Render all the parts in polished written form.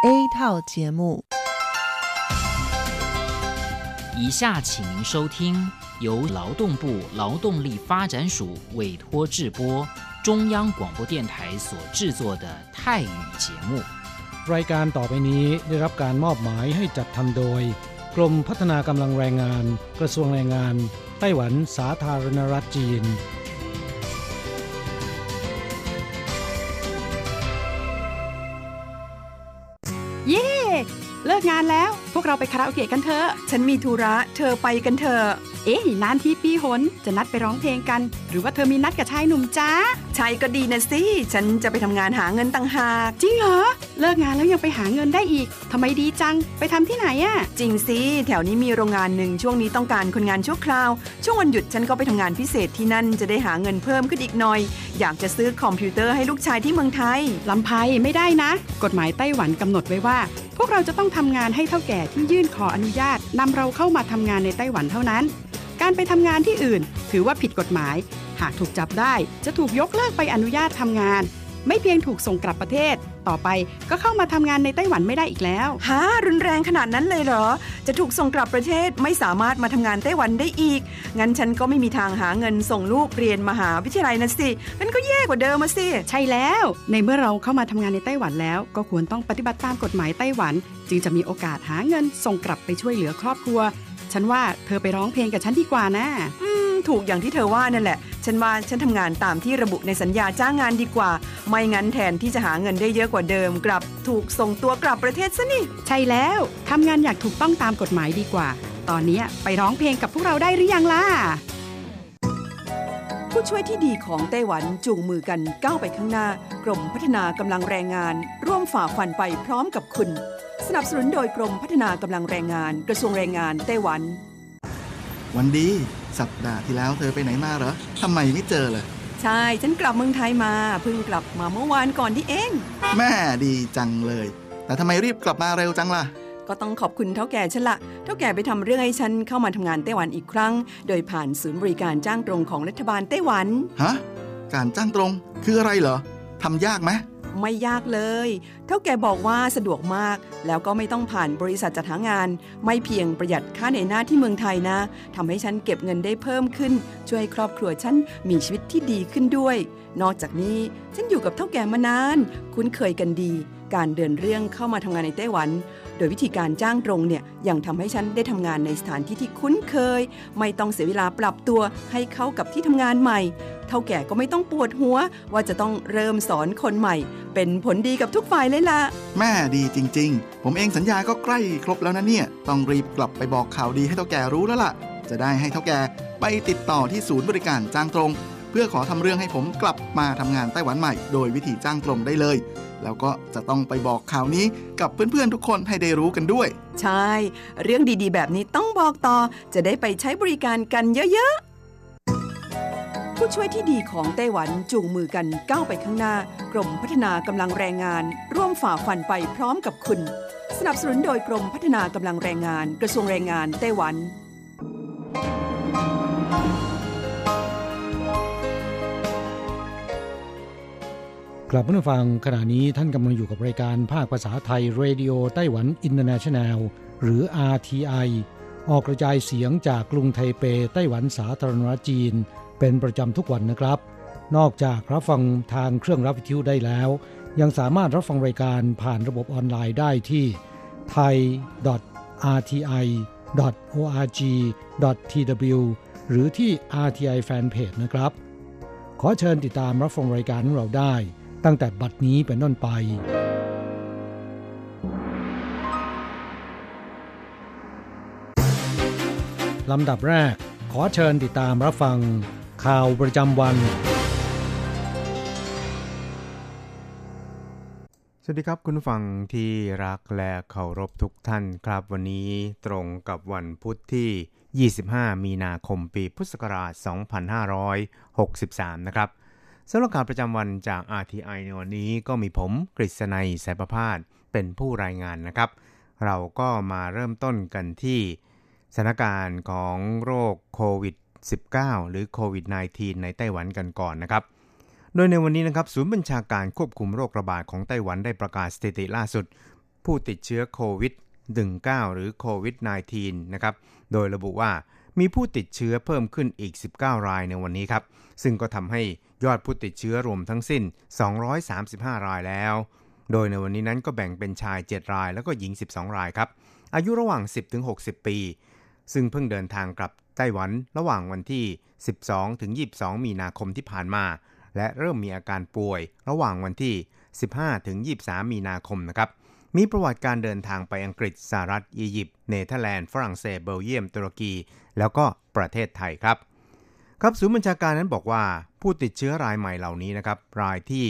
A 套节目。 以下请您收听由劳动部劳动力发展署委托制播中央广播电台所制作的泰语节目。 รายการต่อไปนี้ได้รับการมอบหมายให้จัดทำโดยกรมพัฒนากำลังแรงงานกระทรวงแรงงานไต้หวันสาธารณรัฐจีนเย้เลิกงานแล้วพวกเราไปคาราโอเกะกันเถอะฉันมีธุระเธอไปกันเถอะนานทีปีหนจะนัดไปร้องเพลงกันหรือว่าเธอมีนัดกับชายหนุ่มจ้าชายก็ดีนะสิฉันจะไปทำงานหาเงินต่างหากจริงเหรอเลิกงานแล้วยังไปหาเงินได้อีกทำไมดีจังไปทำที่ไหนอะจริงสิแถวนี้มีโรงงานหนึ่งช่วงนี้ต้องการคนงานชั่วคราวช่วงวันหยุดฉันก็ไปทำงานพิเศษที่นั่นจะได้หาเงินเพิ่มขึ้นอีกหน่อยอยากจะซื้อคอมพิวเตอร์ให้ลูกชายที่เมืองไทยลำไพไม่ได้นะกฎหมายไต้หวันกำหนดไว้ว่าพวกเราจะต้องทำงานให้เฒ่าแก่ที่ยื่นขออนุญาตนำเราเข้ามาทำงานในไต้หวันเท่านั้นการไปทำงานที่อื่นถือว่าผิดกฎหมายหากถูกจับได้จะถูกยกเลิกใบอนุญาตทำงานไม่เพียงถูกส่งกลับประเทศต่อไปก็เข้ามาทำงานในไต้หวันไม่ได้อีกแล้วฮะรุนแรงขนาดนั้นเลยเหรอจะถูกส่งกลับประเทศไม่สามารถมาทำงานไต้หวันได้อีกงั้นฉันก็ไม่มีทางหาเงินส่งลูกเรียนมหาวิทยาลัยนะสิงั้นก็แย่กว่าเดิมมาสิใช่แล้วในเมื่อเราเข้ามาทำงานในไต้หวันแล้วก็ควรต้องปฏิบัติตามกฎหมายไต้หวันจึงจะมีโอกาสหาเงินส่งกลับไปช่วยเหลือครอบครัวฉันว่าเธอไปร้องเพลงกับฉันดีกว่านะถูกอย่างที่เธอว่านั่นแหละฉันว่าฉันทำงานตามที่ระบุในสัญญาจ้างงานดีกว่าไม่งั้นแทนที่จะหาเงินได้เยอะกว่าเดิมกลับถูกส่งตัวกลับประเทศซะนี่ใช่แล้วทำงานอย่างถูกต้องตามกฎหมายดีกว่าตอนนี้ไปร้องเพลงกับพวกเราได้หรือยังล่ะผู้ช่วยที่ดีของไต้หวันจูงมือกันก้าวไปข้างหน้ากรมพัฒนากำลังแรงงานร่วมฝ่าฟันไปพร้อมกับคุณสนับสนุนโดยกรมพัฒนากำลังแรงงานกระทรวงแรงงานไต้หวันวันดีสัปดาห์ที่แล้วเธอไปไหนมาเหรอทำไมไม่เจอเลยใช่ฉันกลับเมืองไทยมาเพิ่งกลับมาเมื่อวานก่อนที่เองแม่ดีจังเลยแต่ทำไมรีบกลับมาเร็วจังล่ะก็ต้องขอบคุณเฒ่าแก่ฉันละเฒ่าแก่ไปทำเรื่องให้ฉันเข้ามาทำงานไต้หวันอีกครั้งโดยผ่านศูนย์บริการจ้างตรงของรัฐบาลไต้หวันฮะการจ้างตรงคืออะไรเหรอทำยากไหมไม่ยากเลยเฒ่าแก่บอกว่าสะดวกมากแล้วก็ไม่ต้องผ่านบริษัทจัดหางานไม่เพียงประหยัดค่าเหนื่อยหน้าที่เมืองไทยนะทำให้ฉันเก็บเงินได้เพิ่มขึ้นช่วยให้ครอบครัวฉันมีชีวิตที่ดีขึ้นด้วยนอกจากนี้ฉันอยู่กับเฒ่าแก่มานานคุ้นเคยกันดีการเดินเรื่องเข้ามาทำงานในไต้หวันโดยวิธีการจ้างตรงเนี่ยยังทำให้ฉันได้ทำงานในสถานที่ที่คุ้นเคยไม่ต้องเสียเวลาปรับตัวให้เข้ากับที่ทำงานใหม่เฒ่าแก่ก็ไม่ต้องปวดหัวว่าจะต้องเริ่มสอนคนใหม่เป็นผลดีกับทุกฝ่ายเลยล่ะแม่ดีจริงๆผมเองสัญญาก็ใกล้ครบแล้วนะเนี่ยต้องรีบกลับไปบอกข่าวดีให้เฒ่าแก่รู้แล้วล่ะจะได้ให้เฒ่าแก่ไปติดต่อที่ศูนย์บริการจ้างตรงเพื่อขอทำเรื่องให้ผมกลับมาทำงานไต้หวันใหม่โดยวิธีจ้างตรงได้เลยแล้วก็จะต้องไปบอกข่าวนี้กับเพื่อนๆทุกคนให้ได้รู้กันด้วยใช่เรื่องดีๆแบบนี้ต้องบอกต่อจะได้ไปใช้บริการกันเยอะๆผู้ช่วยที่ดีของไต้หวันจูงมือกันก้าวไปข้างหน้ากรมพัฒนากำลังแรงงานร่วมฝ่าฟันไปพร้อมกับคุณสนับสนุนโดยกรมพัฒนากำลังแรงงานกระทรวงแรงงานไต้หวันกลับมาฟังขณะนี้ท่านกำลังอยู่กับรายการภาคภาษาไทยเรดิโอไต้หวันอินเตอร์เนชั่นแนลหรือ RTI ออกกระจายเสียงจากกรุงไทเปไต้หวันสาธารณรัฐจีนเป็นประจำทุกวันนะครับนอกจากรับฟังทางเครื่องรับวิทยุได้แล้วยังสามารถรับฟังรายการผ่านระบบออนไลน์ได้ที่ thai.rti.org.tw หรือที่ RTI Fanpage นะครับขอเชิญติดตามรับฟังรายการของเราได้ตั้งแต่บัดนี้เป็นต้นไปลำดับแรกขอเชิญติดตามรับฟังข่าวประจำวันสวัสดีครับคุณผู้ฟังที่รักและเคารพทุกท่านครับวันนี้ตรงกับวันพุธที่25มีนาคมปีพุทธศักราช2563นะครับสำหรับข่าวประจำวันจาก RTI ในวันนี้ก็มีผมกฤษณัยสายประภาสเป็นผู้รายงานนะครับเราก็มาเริ่มต้นกันที่สถานการณ์ของโรคโควิด -19 หรือโควิด -19 ในไต้หวันกันก่อนนะครับโดยในวันนี้นะครับศูนย์บัญชาการควบคุมโรคระบาดของไต้หวันได้ประกาศสถิติล่าสุดผู้ติดเชื้อโควิด -19 หรือโควิด -19 นะครับโดยระบุว่ามีผู้ติดเชื้อเพิ่มขึ้นอีก19รายในวันนี้ครับซึ่งก็ทำให้ยอดผู้ติดเชื้อรวมทั้งสิ้น235รายแล้วโดยในวันนี้นั้นก็แบ่งเป็นชาย7รายแล้วก็หญิง12รายครับอายุระหว่าง 10-60 ปีซึ่งเพิ่งเดินทางกลับไต้หวันระหว่างวันที่12-22 มีนาคมที่ผ่านมาและเริ่มมีอาการป่วยระหว่างวันที่15-23 มีนาคมนะครับมีประวัติการเดินทางไปอังกฤษสหรัฐอียิปต์เนเธอร์แลนด์ฝรั่งเศสเบลเยียมตุรกีแล้วก็ประเทศไทยครับศูนย์บัญชาการนั้นบอกว่าผู้ติดเชื้อรายใหม่เหล่านี้นะครับรายที่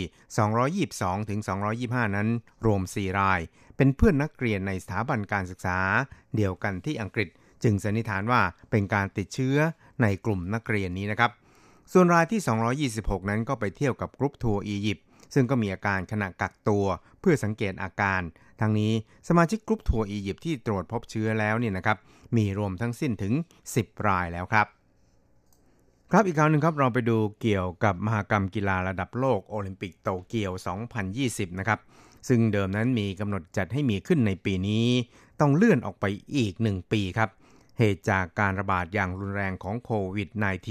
222ถึง225นั้นรวม4รายเป็นเพื่อนนักเรียนในสถาบันการศึกษาเดียวกันที่อังกฤษจึงสันนิษฐานว่าเป็นการติดเชื้อในกลุ่มนักเรียนนี้นะครับส่วนรายที่226นั้นก็ไปเที่ยวกับกรุ๊ปทัวร์อียิปต์ซึ่งก็มีอาการขณะกักตัวเพื่อสังเกตอาการทั้งนี้สมาชิกกรุ๊ปทัวร์อียิปต์ที่ตรวจพบเชื้อแล้วเนี่ยนะครับมีรวมทั้งสิ้นถึง10รายแล้วครับอีกคราวนึงครับเราไปดูเกี่ยวกับมหกรรมกีฬาระดับโลกโอลิมปิกโตเกียว2020นะครับซึ่งเดิมนั้นมีกำหนดจัดให้มีขึ้นในปีนี้ต้องเลื่อนออกไปอีก1ปีครับเหตุจากการระบาดอย่างรุนแรงของโควิด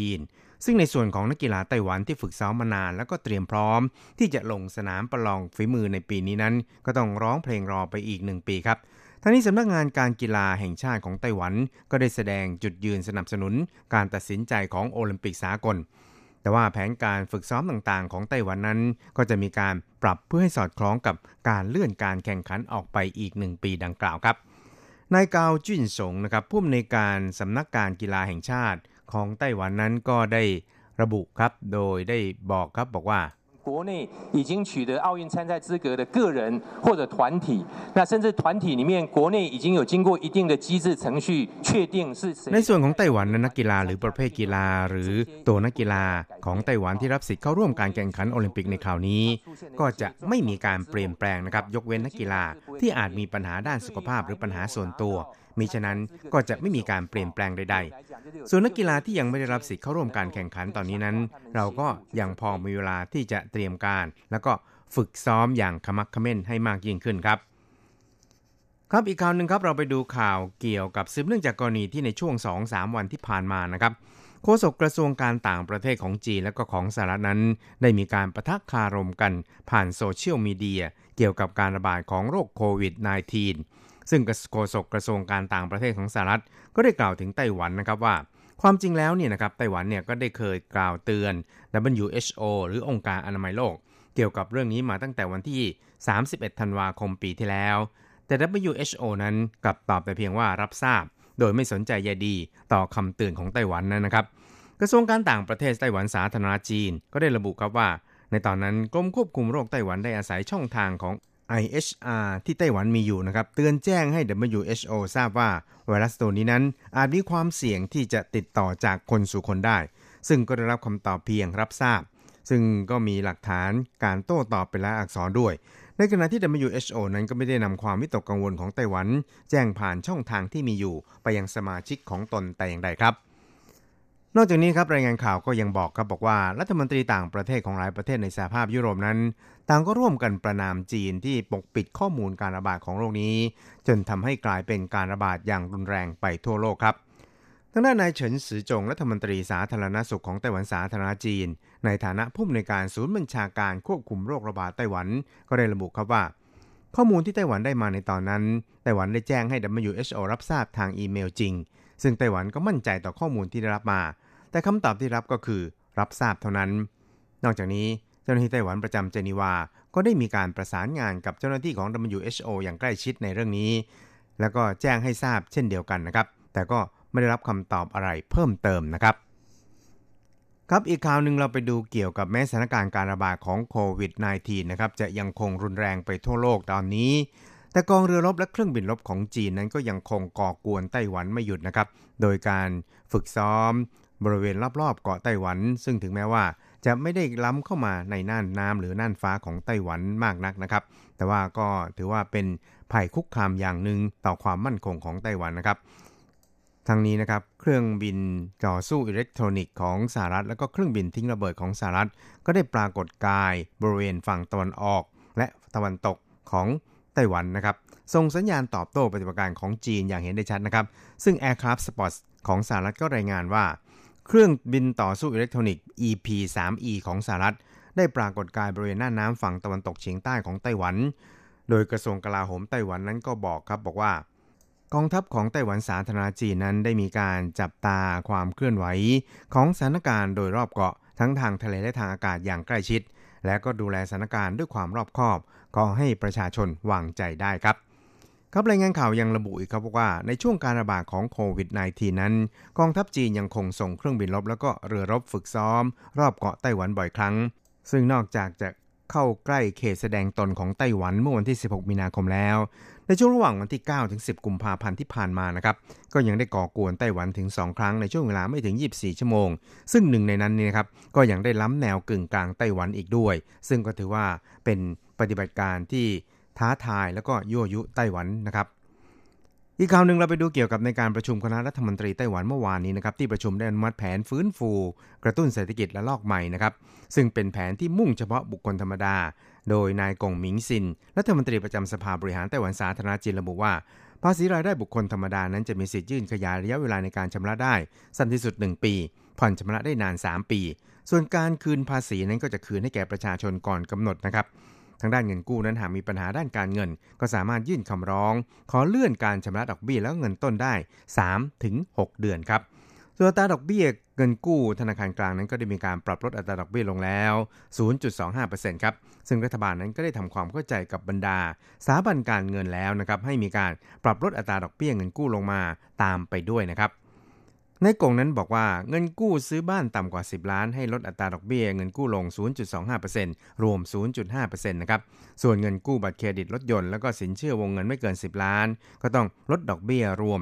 -19 ซึ่งในส่วนของนักกีฬาไต้หวันที่ฝึกซ้อมมานานแล้วก็เตรียมพร้อมที่จะลงสนามประลองฝีมือในปีนี้นั้นก็ต้องร้องเพลงรอไปอีก1ปีครับทั้งนี้สำนักงานการกีฬาแห่งชาติของไต้หวันก็ได้แสดงจุดยืนสนับสนุนการตัดสินใจของโอลิมปิกสากลแต่ว่าแผนการฝึกซ้อมต่างๆของไต้หวันนั้นก็จะมีการปรับเพื่อให้สอดคล้องกับการเลื่อนการแข่งขันออกไปอีก1ปีดังกล่าวครับนายกาวจุนสงนะครับผู้อำนวยการสำนักการกีฬาแห่งชาติของไต้หวันนั้นก็ได้ระบุครับโดยได้บอกว่า国内已经取得奥运参赛资格的个人或者团体，那甚至团体里面国内已经有经过一定的机制程序确定是谁。 ในส่วนของไต้หวันนักกีฬาหรือประเภทกีฬาหรือตัวนักกีฬาของไต้หวันที่รับสิทธิ์เข้าร่วมการแข่งขันโอลิมปิกในคราวนี้ก็จะไม่มีการเปลี่ยนแปลงนะครับยกเว้นนักกีฬาที่อาจมีปัญหาด้านสุขภาพหรือปัญหาส่วนตัวมิฉะนั้นก็จะไม่มีการเปลี่ยนแปลงใดๆส่วนนักกีฬาที่ยังไม่ได้รับสิทธิ์เข้าร่วมการแข่งขันตอนนี้นั้นเราก็ยังพอมีเวลาที่จะเตรียมการแล้วก็ฝึกซ้อมอย่างขมักเขม้นให้มากยิ่งขึ้นครับอีกข่าวนึงครับเราไปดูข่าวเกี่ยวกับสืบเนื่องจากกรณีที่ในช่วง 2-3 วันที่ผ่านมานะครับโฆษกกระทรวงการต่างประเทศของจีนและก็ของสหรัฐนั้นได้มีการปะทะคารมกันผ่านโซเชียลมีเดียเกี่ยวกับการระบาดของโรคโควิด -19 ซึ่งโฆษกกระทรวงการต่างประเทศของสหรัฐก็ได้กล่าวถึงไต้หวันนะครับว่าความจริงแล้วเนี่ยนะครับไต้หวันเนี่ยก็ได้เคยกล่าวเตือน WHO หรือองค์การอนามัยโลกเกี่ยวกับเรื่องนี้มาตั้งแต่วันที่31ธันวาคมปีที่แล้วแต่ WHO นั้นกลับตอบแต่เพียงว่ารับทราบโดยไม่สนใจใยดีต่อคำเตือนของไต้หวันนะครับกระทรวงการต่างประเทศไต้หวันสาธารณรัฐจีนก็ได้ระบุครับว่าในตอนนั้นกรมควบคุมโรคไต้หวันได้อาศัยช่องทางของ IHR ที่ไต้หวันมีอยู่นะครับเตือนแจ้งให้ WHO ทราบว่าไวรัสตัวนี้นั้นอาจมีความเสี่ยงที่จะติดต่อจากคนสู่คนได้ซึ่งก็ได้รับคำตอบเพียงรับทราบซึ่งก็มีหลักฐานการโต้ตอบเป็นลายอักษรด้วยในขณะที่ WHO นั้นก็ไม่ได้นำความวิตกกังวลของไต้หวันแจ้งผ่านช่องทางที่มีอยู่ไปยังสมาชิกของตนแต่อย่างใดครับนอกจากนี้ครับรายงานข่าวก็ยังบอกว่ารัฐมนตรีต่างประเทศของหลายประเทศในสหภาพยุโรปนั้นต่างก็ร่วมกันประณามจีนที่ปกปิดข้อมูลการระบาดของโรคนี้จนทำให้กลายเป็นการระบาดอย่างรุนแรงไปทั่วโลกครับทางด้านนายเฉินซือจงรัฐมนตรีสาธารณสุขของไต้หวันสาธารณจีนในฐานะผู้อำนวยการศูนย์บัญชาการควบคุมโรคระบาดไต้หวันก็ได้ระบุครับว่าข้อมูลที่ไต้หวันได้มาในตอนนั้นไต้หวันได้แจ้งให้ WHO รับทราบทางอีเมลจริงซึ่งไต้หวันก็มั่นใจต่อข้อมูลที่ได้รับมาแต่คำตอบที่รับก็คือรับทราบเท่านั้นนอกจากนี้เจ้าหน้าที่ไต้หวันประจำเจนีวาก็ได้มีการประสานงานกับเจ้าหน้าที่ของ WHO อย่างใกล้ชิดในเรื่องนี้แล้วก็แจ้งให้ทราบเช่นเดียวกันนะครับแต่ก็ไม่ได้รับคำตอบอะไรเพิ่มเติมนะครับอีกข่าวนึงเราไปดูเกี่ยวกับแม้สถานการณ์การระบาดของโควิด -19 นะครับจะยังคงรุนแรงไปทั่วโลกตอนนี้แต่กองเรือรบและเครื่องบินรบของจีนนั้นก็ยังคงก่อกวนไต้หวันไม่หยุดนะครับโดยการฝึกซ้อมบริเวณรอบๆเกาะไต้หวันซึ่งถึงแม้ว่าจะไม่ได้ล้ำเข้ามาในน่านน้ำหรือน่านฟ้าของไต้หวันมากนักนะครับแต่ว่าก็ถือว่าเป็นภัยคุกคามอย่างหนึ่งต่อความมั่นคงของไต้หวันนะครับทั้งนี้นะครับเครื่องบินต่อสู้อิเล็กทรอนิกส์ของสหรัฐและก็เครื่องบินทิ้งระเบิดของสหรัฐก็ได้ปรากฏกายบริเวณฝั่งตะวันออกและตะวันตกของไต้หวันนะครับส่งสัญญาณตอบโต้ปฏิบัติการของจีนอย่างเห็นได้ชัดนะครับซึ่ง Aircraft Spot ของสหรัฐก็รายงานว่าเครื่องบินต่อสู้อิเล็กทรอนิกส์ EP-3E ของสหรัฐได้ปรากฏกายบริเวณหน้าน้ำฝั่งตะวันตกเฉียงใต้ของไต้หวันโดยกระทรวงกลาโหมไต้หวันนั้นก็บอกว่ากองทัพของไต้หวันสาธารณจีนนั้นได้มีการจับตาความเคลื่อนไหวของสถานการณ์โดยรอบเกาะทั้งทางทะเลและทางอากาศอย่างใกล้ชิดและก็ดูแลสถานการณ์ด้วยความรอบคอบขอให้ประชาชนวางใจได้ครับรายงานข่าวยังระบุอีกครับว่าในช่วงการระบาดของโควิด -19 นั้นกองทัพจีนยังคงส่งเครื่องบินรบแล้วก็เรือรบฝึกซ้อมรอบเกาะไต้หวันบ่อยครั้งซึ่งนอกจากจะเข้าใกล้เขตแสดงตนของไต้หวันเมื่อวันที่16มีนาคมแล้วในช่วงระหว่างวันที่9ถึง10กุมภาพันธ์ที่ผ่านมานะครับก็ยังได้ก่อกวนไต้หวันถึง2ครั้งในช่วงเวลาไม่ถึง24ชั่วโมงซึ่งหนึ่งในนั้นนี่นะครับก็ยังได้ล้ำแนวกึ่งกลางไต้หวันอีกด้วยซึ่งก็ถือว่าเป็นปฏิบัติการที่ท้าทายแล้วก็ยั่วยุไต้หวันนะครับอีกข่าวหนึ่งเราไปดูเกี่ยวกับในการประชุมคณะรัฐมนตรีไต้หวันเมื่อวานนี้นะครับที่ประชุมได้อนุมัติแผนฟื้นฟูกระตุ้นเศรษฐกิจระลอกใหม่นะครับซึ่งเป็นแผนที่มุ่งเฉพาะบุคคลธรรมดาโดยนายกงหมิงซินรัฐมนตรีประจำสภาบริหารไต้หวันสาธารณจีนระบุว่าภาษีรายได้บุคคลธรรมดานั้นจะมีสิทธิ์ยื่นขยายระยะเวลาในการชำระได้สั้นที่สุด1ปีผ่อนชำระได้นาน3ปีส่วนการคืนภาษีนั้นก็จะคืนให้แก่ประชาชนก่อนกำหนดนะครับทางด้านเงินกู้นั้นหากมีปัญหาด้านการเงินก็สามารถยื่นคำร้องขอเลื่อนการชำระดอกเบี้ยแล้วเงินต้นได้ 3-6 เดือนครับส่วนอัตราดอกเบี้ยเงินกู้ธนาคารกลางนั้นก็ได้มีการปรับลดอัตราดอกเบี้ยลงแล้ว 0.25% ครับซึ่งรัฐบาลนั้นก็ได้ทำความเข้าใจกับบรรดาสถาบันการเงินแล้วนะครับให้มีการปรับลดอัตราดอกเบี้ยเงินกู้ลงมาตามไปด้วยนะครับนายกงนั้นบอกว่าเงินกู้ซื้อบ้านต่ำกว่า10ล้านให้ลดอัตราดอกเบี้ยเงินกู้ลง 0.25% รวม 0.5% นะครับส่วนเงินกู้บัตรเครดิตรถยนต์แล้วก็สินเชื่อวงเงินไม่เกิน10ล้านก็ต้องลดดอกเบี้ยรวม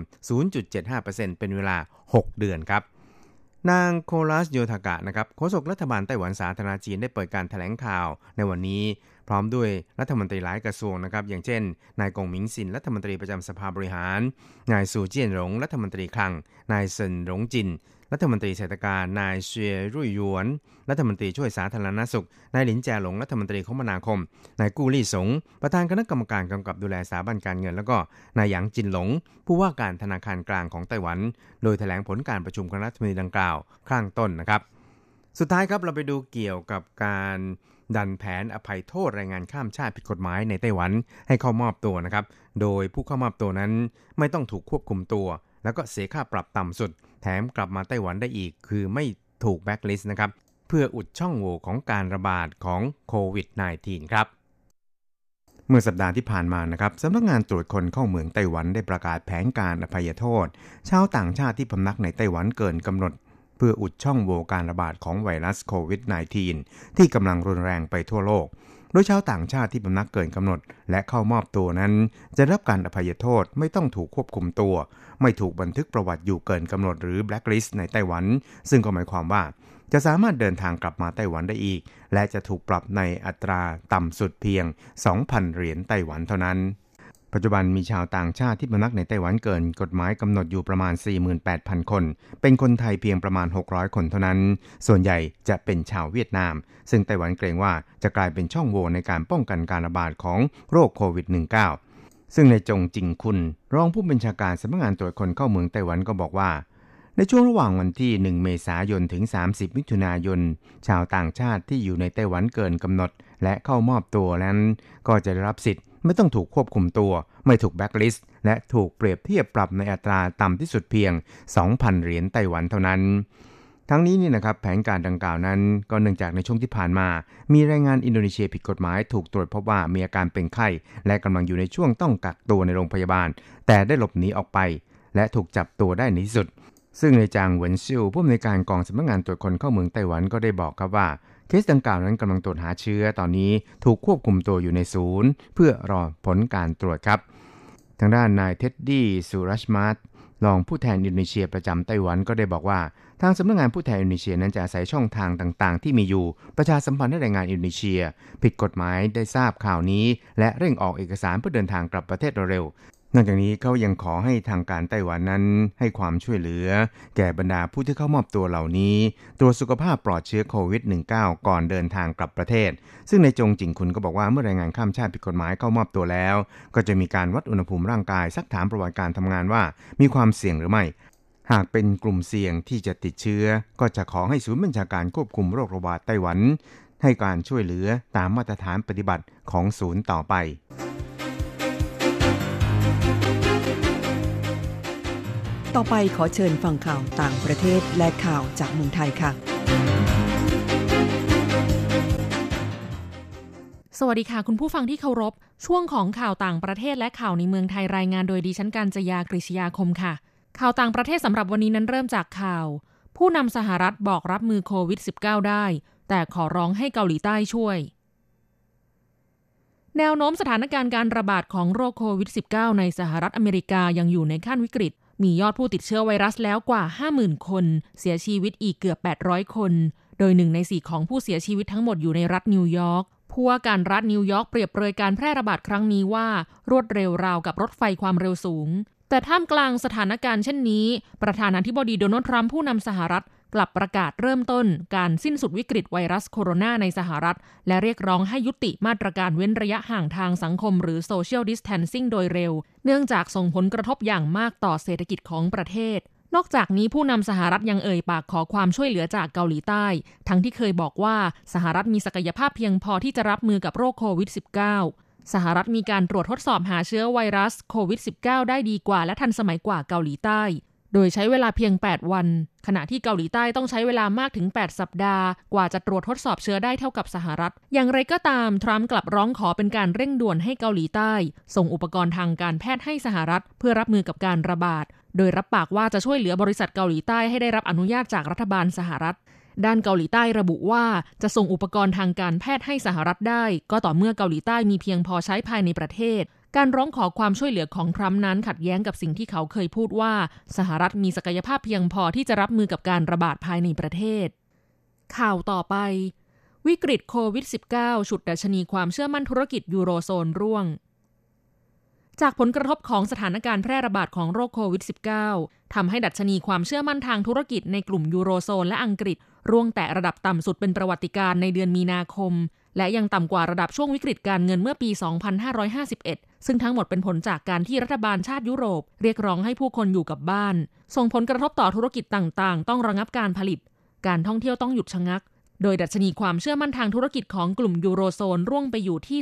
0.75% เป็นเวลา6เดือนครับนางโคลัสโยทากะนะครับโฆษกรัฐบาลไต้หวันสาธารณจีนได้เปิดการแถลงข่าวในวันนี้พร้อมด้วยรัฐมนตรีหลายกระทรวงนะครับอย่างเช่นนายกงหมิงซินรัฐมนตรีประจำสภาบริหารนายซูเจี้ยนหลงรัฐมนตรีคลังนายเซินหลงจินรัฐมนตรีเศรษฐกิจนายเซียรุ่ยหยวนรัฐมนตรีช่วยสาธารณสุขนายหลินแจหลงรัฐมนตรีคมนาคมนายกู้ลี่สงประธานคณะกรรมการกำกับดูแลสถาบันการเงินแล้วก็นายหยางจินหลงผู้ว่าการธนาคารกลางของไต้หวันโดยแถลงผลการประชุมคณะรัฐมนตรีดังกล่าวข้างต้นนะครับสุดท้ายครับเราไปดูเกี่ยวกับการดันแผนอภัยโทษแรงงานข้ามชาติผิดกฎหมายในไต้หวันให้เข้ามอบตัวนะครับโดยผู้เข้ามอบตัวนั้นไม่ต้องถูกควบคุมตัวแล้วก็เสียค่าปรับต่ำสุดแถมกลับมาไต้หวันได้อีกคือไม่ถูกแบ็คลิสต์นะครับเพื่ออุดช่องโหว่ของการระบาดของโควิด -19 ครับเมื่อสัปดาห์ที่ผ่านมานะครับสำนักงานตรวจคนเข้าเมืองไต้หวันได้ประกาศแผนการอภัยโทษชาวต่างชาติที่พำนักในไต้หวันเกินกำหนดเพื่ออุดช่องโหว่การระบาดของไวรัสโควิด -19 ที่กำลังรุนแรงไปทั่วโลกโดยชาวต่างชาติที่พำนักเกินกำหนดและเข้ามอบตัวนั้นจะรับการอภัยโทษไม่ต้องถูกควบคุมตัวไม่ถูกบันทึกประวัติอยู่เกินกำหนดหรือแบล็คลิสต์ในไต้หวันซึ่งก็หมายความว่าจะสามารถเดินทางกลับมาไต้หวันได้อีกและจะถูกปรับในอัตราต่ำสุดเพียง 2,000 เหรียญไต้หวันเท่านั้นปัจจุบันมีชาวต่างชาติที่พำนักในไต้หวันเกินกฎหมายกำหนดอยู่ประมาณ 48,000 คนเป็นคนไทยเพียงประมาณ600คนเท่านั้นส่วนใหญ่จะเป็นชาวเวียดนามซึ่งไต้หวันเกรงว่าจะกลายเป็นช่องโหว่ในการป้องกันการระบาดของโรคโควิด -19 ซึ่งในจงจิงคุณรองผู้บัญชาการสำนักงานตรวจคนเข้าเมืองไต้หวันก็บอกว่าในช่วงระหว่างวันที่1เมษายนถึง30มิถุนายนชาวต่างชาติที่อยู่ในไต้หวันเกินกำหนดและเข้ามอบตัวนั้นก็จะได้รับสิทธิ์ไม่ต้องถูกควบคุมตัวไม่ถูกแบ็คลิสต์และถูกเปรียบเทียบปรับในอัตราต่ำที่สุดเพียง 2,000 เหรียญไต้หวันเท่านั้นทั้งนี้นี่นะครับแผนการดังกล่าวนั้นก็เนื่องจากในช่วงที่ผ่านมามีแรงงานอินโดนีเซียผิดกฎหมายถูกตรวจพบว่ามีอาการเป็นไข้และกำลังอยู่ในช่วงต้องกักตัวในโรงพยาบาลแต่ได้หลบหนีออกไปและถูกจับตัวได้ในที่สุดซึ่งในจางเหวินซิวผู้อำนวยการกองสำนักงานตรวจคนเข้าเมืองไต้หวันก็ได้บอกครับว่าเคสดังกล่าวนั้นกำลังตรวจหาเชื้อตอนนี้ถูกควบคุมตัวอยู่ในศูนย์เพื่อรอผลการตรวจครับทางด้านนายเท็ดดี้สุรัชมาร์ตรองผู้แทนอินโดนีเซียประจำไต้หวันก็ได้บอกว่าทางสำนักงานผู้แทนอินโดนีเซียนั้นจะอาศัยช่องทางต่างๆที่มีอยู่ประชาสัมพันธ์ให้แรงงานอินโดนีเซียผิดกฎหมายได้ทราบข่าวนี้และเร่งออกเอกสารเพื่อเดินทางกลับประเทศเร็วนอกจากนี้เขายังขอให้ทางการไต้หวันนั้นให้ความช่วยเหลือแก่บรรดาผู้ที่เข้ามอบตัวเหล่านี้ตรวจสุขภาพปลอดเชื้อโควิด -19 ก่อนเดินทางกลับประเทศซึ่งในจงจิงคุณก็บอกว่าเมื่อแรงงานข้ามชาติผิดกฎหมายเข้ามอบตัวแล้วก็จะมีการวัดอุณหภูมิร่างกายซักถามประวัติการทำงานว่ามีความเสี่ยงหรือไม่หากเป็นกลุ่มเสี่ยงที่จะติดเชื้อก็จะขอให้ศูนย์บัญชาการควบคุมโรคระบาดไต้หวันให้การช่วยเหลือตามมาตรฐานปฏิบัติของศูนย์ต่อไปต่อไปขอเชิญฟังข่าวต่างประเทศและข่าวจากเมืองไทยค่ะสวัสดีค่ะคุณผู้ฟังที่เคารพช่วงของข่าวต่างประเทศและข่าวในเมืองไทยรายงานโดยดิฉันกัญจยากฤษยาคมค่ะข่าวต่างประเทศสำหรับวันนี้นั้นเริ่มจากข่าวผู้นำสหรัฐบอกรับมือโควิด -19 ได้แต่ขอร้องให้เกาหลีใต้ช่วยแนวโน้มสถานการณ์การระบาดของโรคโควิด -19 ในสหรัฐอเมริกายังอยู่ในขั้นวิกฤตมียอดผู้ติดเชื้อไวรัสแล้วกว่า 50,000 คนเสียชีวิตอีกเกือบ800คนโดย1 ใน 4ของผู้เสียชีวิตทั้งหมดอยู่ในรัฐนิวยอร์กผู้ว่าการรัฐนิวยอร์กเปรียบเปรยการแพร่ระบาดครั้งนี้ว่ารวดเร็วราวกับรถไฟความเร็วสูงแต่ท่ามกลางสถานการณ์เช่นนี้ประธานาธิบดีโดนัลด์ทรัมป์ผู้นำสหรัฐกลับประกาศเริ่มต้นการสิ้นสุดวิกฤตไวรัสโคโรนาในสหรัฐและเรียกร้องให้ยุติมาตรการเว้นระยะห่างทางสังคมหรือ Social Distancing โดยเร็วเนื่องจากส่งผลกระทบอย่างมากต่อเศรษฐกิจของประเทศนอกจากนี้ผู้นำสหรัฐยังเอ่ยปากขอความช่วยเหลือจากเกาหลีใต้ทั้งที่เคยบอกว่าสหรัฐมีศักยภาพเพียงพอที่จะรับมือกับโรคโควิด -19 สหรัฐมีการตรวจทดสอบหาเชื้อไวรัสโควิด -19 ได้ดีกว่าและทันสมัยกว่าเกาหลีใต้โดยใช้เวลาเพียง8วันขณะที่เกาหลีใต้ต้องใช้เวลามากถึง8สัปดาห์กว่าจะตรวจทดสอบเชื้อได้เท่ากับสหรัฐอย่างไรก็ตามทรัมป์กลับร้องขอเป็นการเร่งด่วนให้เกาหลีใต้ส่งอุปกรณ์ทางการแพทย์ให้สหรัฐเพื่อรับมือกับการระบาดโดยรับปากว่าจะช่วยเหลือบริษัทเกาหลีใต้ให้ได้รับอนุญาตจากรัฐบาลสหรัฐด้านเกาหลีใต้ระบุว่าจะส่งอุปกรณ์ทางการแพทย์ให้สหรัฐได้ก็ต่อเมื่อเกาหลีใต้มีเพียงพอใช้ภายในประเทศการร้องขอความช่วยเหลือของทรัมป์นั้นขัดแย้งกับสิ่งที่เขาเคยพูดว่าสหรัฐมีศักยภาพเพียงพอที่จะรับมือกับการระบาดภายในประเทศข่าวต่อไปวิกฤตโควิด -19 ฉุดดัชนีความเชื่อมั่นธุรกิจยูโรโซนร่วงจากผลกระทบของสถานการณ์แพร่ระบาดของโรคโควิด -19 ทำให้ดัชนีความเชื่อมั่นทางธุรกิจในกลุ่มยูโรโซนและอังกฤษร่วงแตะระดับต่ำสุดเป็นประวัติการณ์ในเดือนมีนาคมและยังต่ำกว่าระดับช่วงวิกฤตการเงินเมื่อปี 2551 ซึ่งทั้งหมดเป็นผลจากการที่รัฐบาลชาติยุโรปเรียกร้องให้ผู้คนอยู่กับบ้านส่งผลกระทบต่อธุรกิจต่างๆต้องระงับการผลิตการท่องเที่ยวต้องหยุดชะงักโดยดัชนีความเชื่อมั่นทางธุรกิจของกลุ่มยูโรโซนร่วงไปอยู่ที่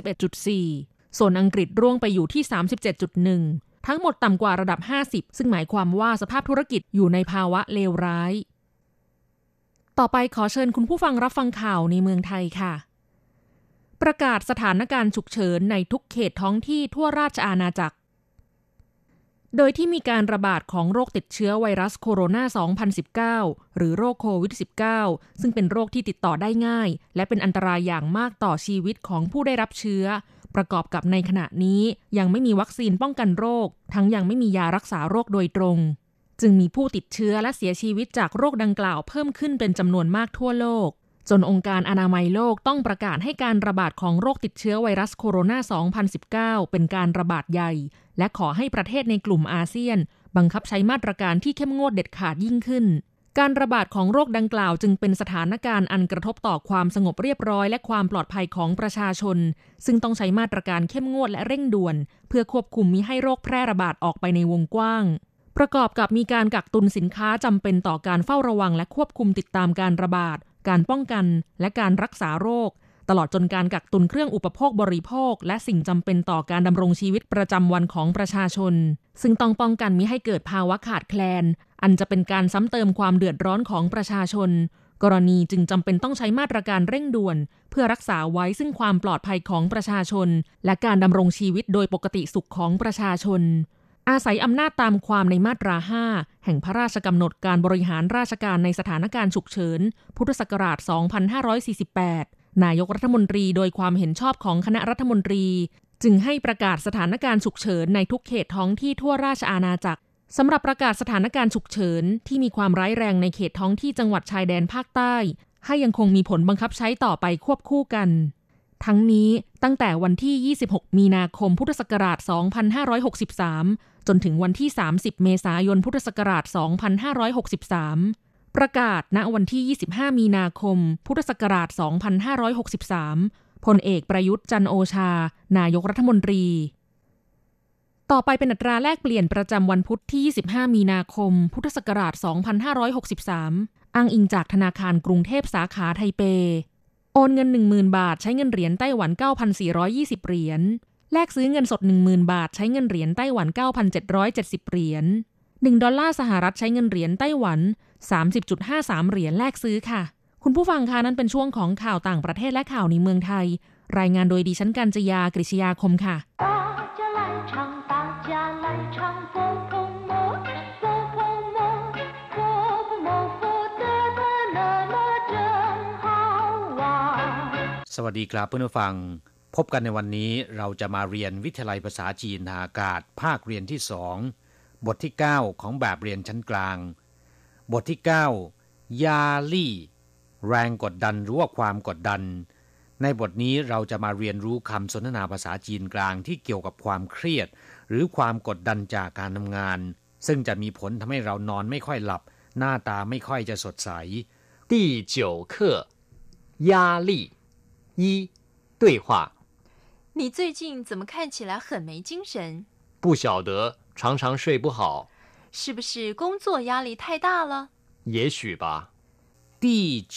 31.4 ส่วนอังกฤษร่วงไปอยู่ที่ 37.1 ทั้งหมดต่ำกว่าระดับ 50 ซึ่งหมายความว่าสภาพธุรกิจอยู่ในภาวะเลวร้ายต่อไปขอเชิญคุณผู้ฟังรับฟังข่าวในเมืองไทยค่ะประกาศสถานการณ์ฉุกเฉินในทุกเขตท้องที่ทั่วราชอาณาจักรโดยที่มีการระบาดของโรคติดเชื้อไวรัสโคโรนา 2019 หรือโรคโควิด -19 ซึ่งเป็นโรคที่ติดต่อได้ง่ายและเป็นอันตรายอย่างมากต่อชีวิตของผู้ได้รับเชื้อประกอบกับในขณะนี้ยังไม่มีวัคซีนป้องกันโรคทั้งยังไม่มียารักษาโรคโดยตรงจึงมีผู้ติดเชื้อและเสียชีวิตจากโรคดังกล่าวเพิ่มขึ้นเป็นจำนวนมากทั่วโลกจนองค์การอนามัยโลกต้องประกาศให้การระบาดของโรคติดเชื้อไวรัสโคโรนา 2019 เป็นการระบาดใหญ่และขอให้ประเทศในกลุ่มอาเซียนบังคับใช้มาตรการที่เข้มงวดเด็ดขาดยิ่งขึ้นการระบาดของโรคดังกล่าวจึงเป็นสถานการณ์อันกระทบต่อความสงบเรียบร้อยและความปลอดภัยของประชาชนซึ่งต้องใช้มาตรการเข้มงวดและเร่งด่วนเพื่อควบคุมมิให้โรคแพร่ระบาดออกไปในวงกว้างประกอบกับมีการกักตุนสินค้าจำเป็นต่อการเฝ้าระวังและควบคุมติดตามการระบาดการป้องกันและการรักษาโรคตลอดจนการกักตุนเครื่องอุปโภคบริโภคและสิ่งจำเป็นต่อการดำรงชีวิตประจำวันของประชาชนซึ่งต้องป้องกันมิให้เกิดภาวะขาดแคลนอันจะเป็นการซ้ำเติมความเดือดร้อนของประชาชนกรณีจึงจำเป็นต้องใช้มาตรการเร่งด่วนเพื่อรักษาไว้ซึ่งความปลอดภัยของประชาชนและการดำรงชีวิตโดยปกติสุขของประชาชนอาศัยอำนาจตามความในมาตรา 5 แห่งพระราชกำหนดการบริหารราชการในสถานการณ์ฉุกเฉินพุทธศักราช 2548 นายกรัฐมนตรีโดยความเห็นชอบของคณะรัฐมนตรีจึงให้ประกาศสถานการณ์ฉุกเฉินในทุกเขตท้องที่ทั่วราชอาณาจักรสำหรับประกาศสถานการณ์ฉุกเฉินที่มีความร้ายแรงในเขตท้องที่จังหวัดชายแดนภาคใต้ให้ยังคงมีผลบังคับใช้ต่อไปควบคู่กันทั้งนี้ตั้งแต่วันที่26มีนาคมพุทธศักราช2563จนถึงวันที่30เมษายนพุทธศักราช2563ประกาศณวันที่25มีนาคมพุทธศักราช2563พลเอกประยุทธ์จันทร์โอชานายกรัฐมนตรีต่อไปเป็นอัตราแลกเปลี่ยนประจำวันพุธที่25มีนาคมพุทธศักราช2563อ้างอิงจากธนาคารกรุงเทพสาขาไทเปโอนเงิน 10,000 บาทใช้เงินเหรียญไต้หวัน 9,420 เหรียญแลกซื้อเงินสด 10,000 บาทใช้เงินเหรียญไต้หวัน 9,770 เหรียญ1ดอลลาร์สหรัฐใช้เงินเหรียญไต้หวัน 30.53 เหรียญแลกซื้อค่ะคุณผู้ฟังคะนั้นเป็นช่วงของข่าวต่างประเทศและข่าวในเมืองไทยรายงานโดยดิฉันกัญจยากฤษยาคมค่ะสวัสดีครับเพื่อนผู้ฟังพบกันในวันนี้เราจะมาเรียนวิทยาลัยภาษาจีนทางอากาศภาคเรียนที่2บทที่9ของแบบเรียนชั้นกลางบทที่9ยาลี่แรงกดดันหรือว่าความกดดันในบทนี้เราจะมาเรียนรู้คำสนทนาภาษาจีนกลางที่เกี่ยวกับความเครียดหรือความกดดันจากการทำงานซึ่งจะมีผลทำให้เรานอนไม่ค่อยหลับหน้าตาไม่ค่อยจะสดใส第9课压力一对话你最近怎么看起来很没精神？ 不晓得，常常睡不好。 是不是工作压力太大了？ 也许吧。 第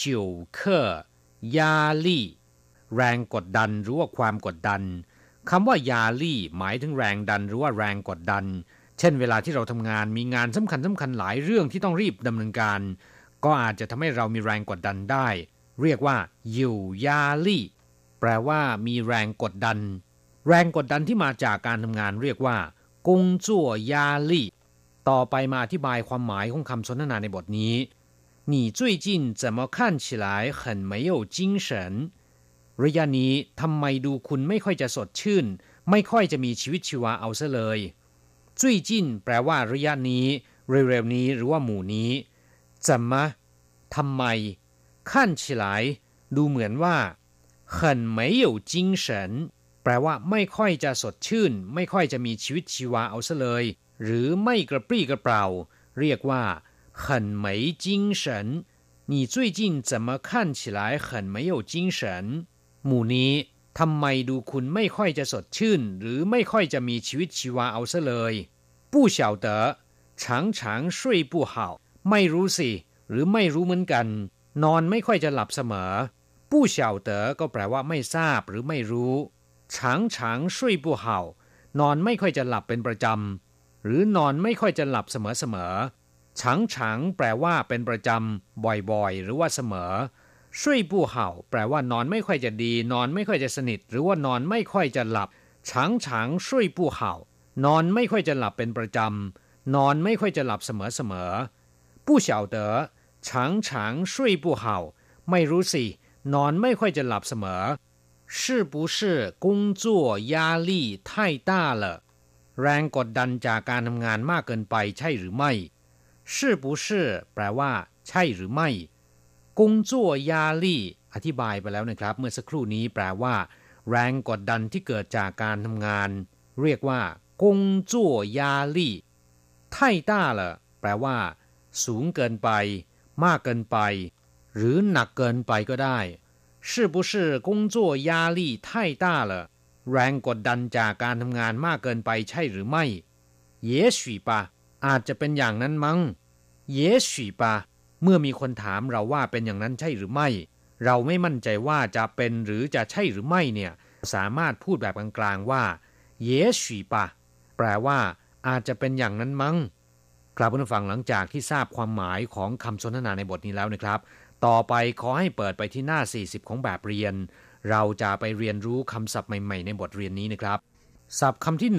9课压力แรงกดดันหรือว่าความกดดันคำว่ายาลี่หมายถึงแรงดันหรือว่าแรงกดดันเช่นเวลาที่เราทำงานมีงานสำคัญหลายเรื่องที่ต้องรีบดำเนินการก็อาจจะทำให้เรามีแรงกดดันได้เรียกว่าอยู่ยาลี่แปลว่ามีแรงกดดันแรงกดดันที่มาจากการทำงานเรียกว่ากงจั่วยาลี่ต่อไปมาอธิบายความหมายของคำสนทนาในบทนี้你最近怎么看起来很没有精神ระยะนี้ทำไมดูคุณไม่ค่อยจะสดชื่นไม่ค่อยจะมีชีวิตชีวาเอาซะเลย最近แปลว่าระยะนี้เร็วๆนี้หรือว่าหมู่นี้怎么ทำไม看起来ดูเหมือนว่า很没有精神แปลว่าไม่ค่อยจะสดชื่นไม่ค่อยจะมีชีวิตชีวาเอาซะเลยหรือไม่กระปรี้กระเปร่าเรียกว่า很没精神你最近怎么看起来很没有精神หมู่นี้ทำไมดูคุณไม่ค่อยจะสดชื่นหรือไม่ค่อยจะมีชีวิตชีวาเอาซะเลย不晓得常常睡不好ไม่รู้สิหรือไม่รู้เหมือนกันนอนไม่ค่อยจะหลับเสมอ不晓得ก็แปลว่าไม่ทราบหรือไม่รู้常常睡不好นอนไม่ค่อยจะหลับเป็นประจำหรือนอนไม่ค่อยจะหลับเสมอ常常แปลว่าเป็นประจำบ่อยๆหรือว่าเสมอ睡不好แปลว่านอนไม่ค่อยจะดีนอนไม่ค่อยจะสนิทหรือว่านอนไม่ค่อยจะหลับ常常睡不好นอนไม่ค่อยจะหลับเป็นประจำนอนไม่ค่อยจะหลับเสมอ不晓得常常睡不好ไม่รู้สินอนไม่ค่อยจะหลับเสมอ是不是工作压力太大了แรงกดดันจากการทำงานมากเกินไปใช่หรือไม่是不是แปลว่าใช่หรือไม่工作压力อธิบายไปแล้วนะครับเมื่อสักครู่นี้แปลว่าแรงกดดันที่เกิดจากการทำงานเรียกว่า工作压力太大了แปลว่าสูงเกินไปมากเกินไปหรือหนักเกินไปก็ได้是不是工作压力太大了แรงกดดันจากการทำงานมากเกินไปใช่หรือไม่也许吧อาจจะเป็นอย่างนั้นมั้ง也许吧เมื่อมีคนถามเราว่าเป็นอย่างนั้นใช่หรือไม่เราไม่มั่นใจว่าจะเป็นหรือจะใช่หรือไม่เนี่ยสามารถพูดแบบกลางๆว่า也许吧แปลว่าอาจจะเป็นอย่างนั้นมั้งครับผู้ฟังหลังจากที่ทราบความหมายของคำสนทนาในบทนี้แล้วนะครับต่อไปขอให้เปิดไปที่หน้า40ของแบบเรียนเราจะไปเรียนรู้คำศัพท์ใหม่ๆในบทเรียนนี้นะครับศัพท์คำที่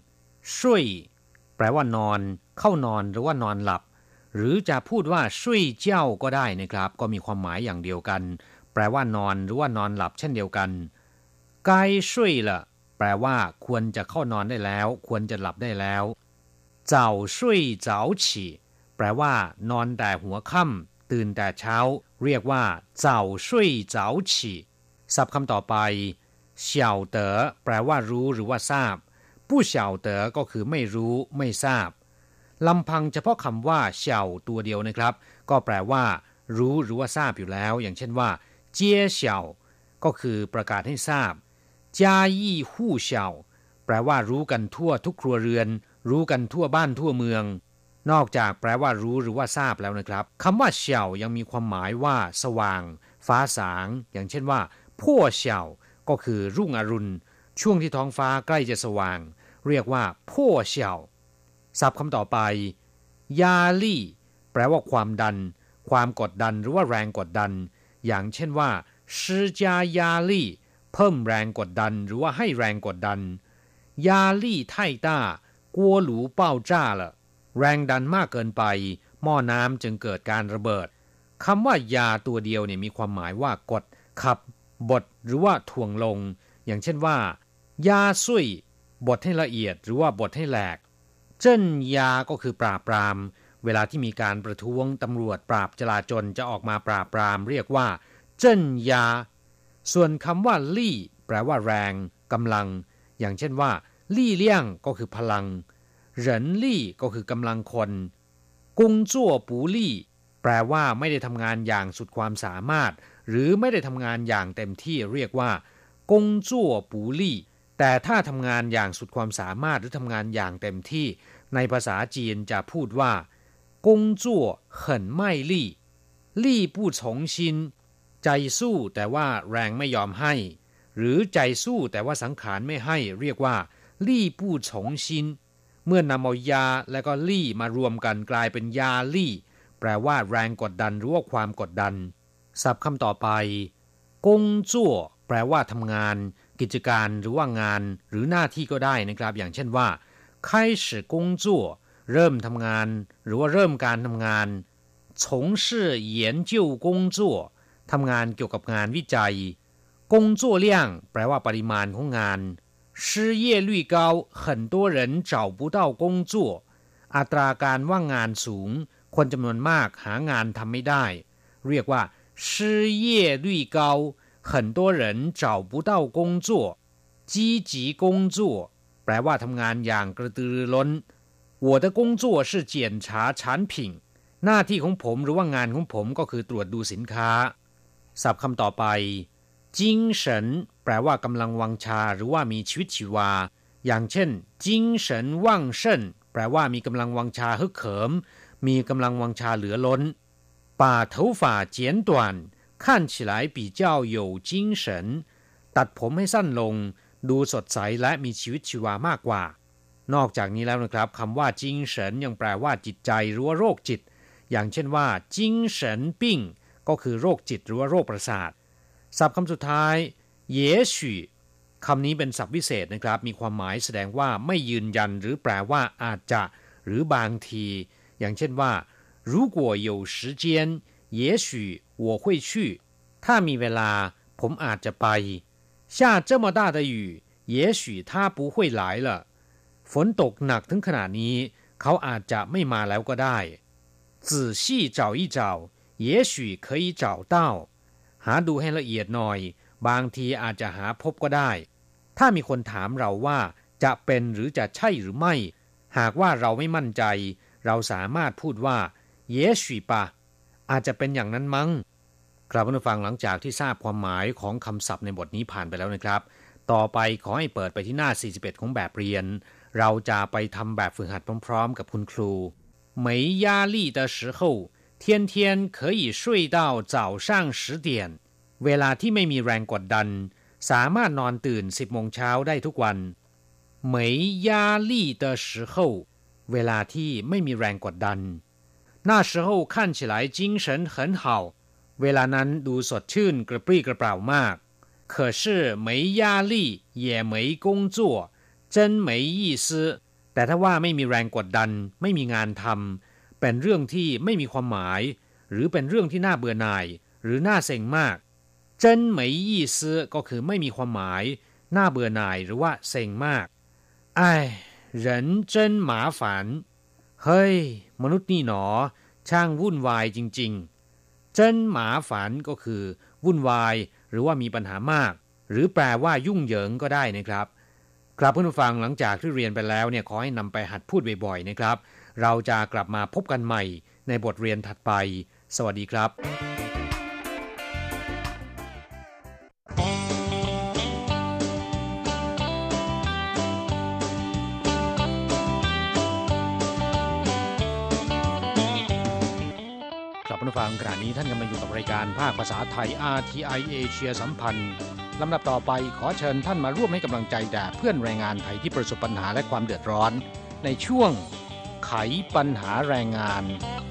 1ช่วยแปลว่านอนเข้านอนหรือว่านอนหลับหรือจะพูดว่าช่วยเจ้าก็ได้นะครับก็มีความหมายอย่างเดียวกันแปลว่านอนหรือว่านอนหลับเช่นเดียวกัน该睡了แปลว่าควรจะเข้านอนได้แล้วควรจะหลับได้แล้ว早睡早起แปลว่านอนแต่หัวค่ำตื่นแต่เช้าเรียกว่า早睡早起ศัพท์คำต่อไปเสี่ยวเต๋อแปลว่ารู้หรือว่าทราบผู้เสี่ยวเต๋อก็คือไม่รู้ไม่ทราบลำพังเฉพาะคำว่าเสี่ยวตัวเดียวนะครับก็แปลว่ารู้หรือว่าทราบอยู่แล้วอย่างเช่นว่าเจี้ยเสี่ยวก็คือประกาศให้ทราบจายี่ฮู่เสี่ยวแปลว่ารู้กันทั่วทุกครัวเรือนรู้กันทั่วบ้านทั่วเมืองนอกจากแปลว่ารู้หรือว่าทราบแล้วนะครับคำว่าเสี่ยวยังมีความหมายว่าสว่างฟ้าสางอย่างเช่นว่าพ่อเสี่ยวก็คือรุ่งอรุณช่วงที่ท้องฟ้าใกล้จะสว่างเรียกว่าพ่อเสี่ยวศัพท์คำต่อไปยาลี่แปลว่าความดันความกดดันหรือว่าแรงกดดันอย่างเช่นว่า施加压力เพิ่มแรงกดดันหรือว่าให้แรงกดดัน压力太大锅炉爆炸了แรงดันมากเกินไปหม้อน้ำจึงเกิดการระเบิดคำว่ายาตัวเดียวเนี่ยมีความหมายว่ากดขับบดหรือว่าถ่วงลงอย่างเช่นว่ายาซุยบดให้ละเอียดหรือว่าบดให้แหลกเจิ้นยาก็คือปราบปรามเวลาที่มีการประท้วงตำรวจปราบจลาจลจะออกมาปราบปรามเรียกว่าเจิ้นยาส่วนคำว่าลี่แปลว่าแรงกำลังอย่างเช่นว่าลี่เลี่ยงก็คือพลังเหรินลี่ก็คือกำลังคนกงจั่วปูลี่แปลว่าไม่ได้ทำงานอย่างสุดความสามารถหรือไม่ได้ทำงานอย่างเต็มที่เรียกว่ากงจั่วปูลี่แต่ถ้าทำงานอย่างสุดความสามารถหรือทำงานอย่างเต็มที่ในภาษาจีนจะพูดว่ากงจั่ว很卖力力不从心ใจสู้แต่ว่าแรงไม่ยอมให้หรือใจสู้แต่ว่าสังขารไม่ให้เรียกว่าลี่ผู้ฉงชินเมื่อนำเอายาและก็ลี่มารวมกันกลายเป็นยาลี่แปลว่าแรงกดดันหรือว่าความกดดันศัพท์คำต่อไปกงจั่วแปลว่าทำงานกิจการหรือว่างานหรือหน้าที่ก็ได้นะครับอย่างเช่นว่า开始工作เริ่มทำงานหรือว่าเริ่มการทำงาน从事研究工作ทำงานเกี่ยวกับงานวิจัย工作量แปลว่าปริมาณของงาน失业率高很多人找不到工作อัตราการว่างงานสูงคนจำนวนมากหางานทำไม่ได้เรียกว่า失业率高很多人找不到工作积极工作แปลว่าทำงานอย่างกระตือรือร้น我的工作是检查产品หน้าที่ของผมหรือว่างานของผมก็คือตรวจดูสินค้าศัพท์คำต่อไปจิ้งเฉินแปลว่ากำลังวังชาหรือว่ามีชีวิตชีวาอย่างเช่นจิ้งเฉินว่างเชิ่นแปลว่ามีกำลังวังชาฮึกเหิมมีกำลังวังชาเหลือล้น把头发剪短看起来比较有精神ตัดผมให้สั้นลงดูสดใสและมีชีวิตชีวามากกว่านอกจากนี้แล้วนะครับคำว่าจิ้งเฉินยังแปลว่าจิตใจหรือว่าโรคจิตอย่างเช่นว่าจิ้งเฉินปิ้งก็คือโรคจิตหรือว่าโรคประสาทศัพท์คำสุดท้ายเย่ฉี่คำนี้เป็นศัพท์วิเศษนะครับมีความหมายแสดงว่าไม่ยืนยันหรือแปลว่าอาจจะหรือบางทีอย่างเช่นว่า如果有时间也许我会去ถ้ามีเวลาผมอาจจะไป下这么大的雨也许他不会来了ฝนตกหนักถึงขนาดนี้เขาอาจจะไม่มาแล้วก็ได้仔细找一找也许可以找到หาดูให้ละเอียดหน่อยบางทีอาจจะหาพบก็ได้ถ้ามีคนถามเราว่าจะเป็นหรือจะใช่หรือไม่หากว่าเราไม่มั่นใจเราสามารถพูดว่า也许吧อาจจะเป็นอย่างนั้นมั้งครับผู้ฟังหลังจากที่ทราบความหมายของคำศัพท์ในบทนี้ผ่านไปแล้วนะครับต่อไปขอให้เปิดไปที่หน้า41ของแบบเรียนเราจะไปทำแบบฝึกหัดพร้อมๆกับคุณครู没压力的时候天天可以睡到早上10点เวลาที่ไม่มีแรงกดดันสามารถนอนตื่น10 โมงเช้าได้ทุกวัน没压力的时候เวลาที่ไม่มีแรงกดดัน那时候看起来精神很好เวลานั้นดูสดชื่นกระปรี้กระเปร่ามาก可是没压力也没工作真没意思แต่ถ้าว่าไม่มีแรงกดดันไม่มีงานทำเป็นเรื่องที่ไม่มีความหมายหรือเป็นเรื่องที่น่าเบื่อหน่ายหรือน่าเซ็งมาก真没意思ก็คือไม่มีความหมายน่าเบื่อหน่ายหรือว่าเซ็งมากไอ้人真麻烦เฮ้ยมนุษย์นี่หนอช่างวุ่นวายจริงๆ真麻烦ก็คือวุ่นวายหรือว่ามีปัญหามากหรือแปลว่ายุ่งเหยิงก็ได้นะครับครับผู้ฟังหลังจากที่เรียนไปแล้วเนี่ยขอให้นำไปหัดพูดบ่อยๆนะครับเราจะกลับมาพบกันใหม่ในบทเรียนถัดไปสวัสดีครับผู้ฟังขณะนี้ท่านกำลังอยู่กับรายการภาคภาษาไทย RTI เอเชียสัมพันธ์ลำดับต่อไปขอเชิญท่านมาร่วมให้กำลังใจแด่เพื่อนแรงงานไทยที่ประสบปัญหาและความเดือดร้อนในช่วงไขปัญหาแรงงาน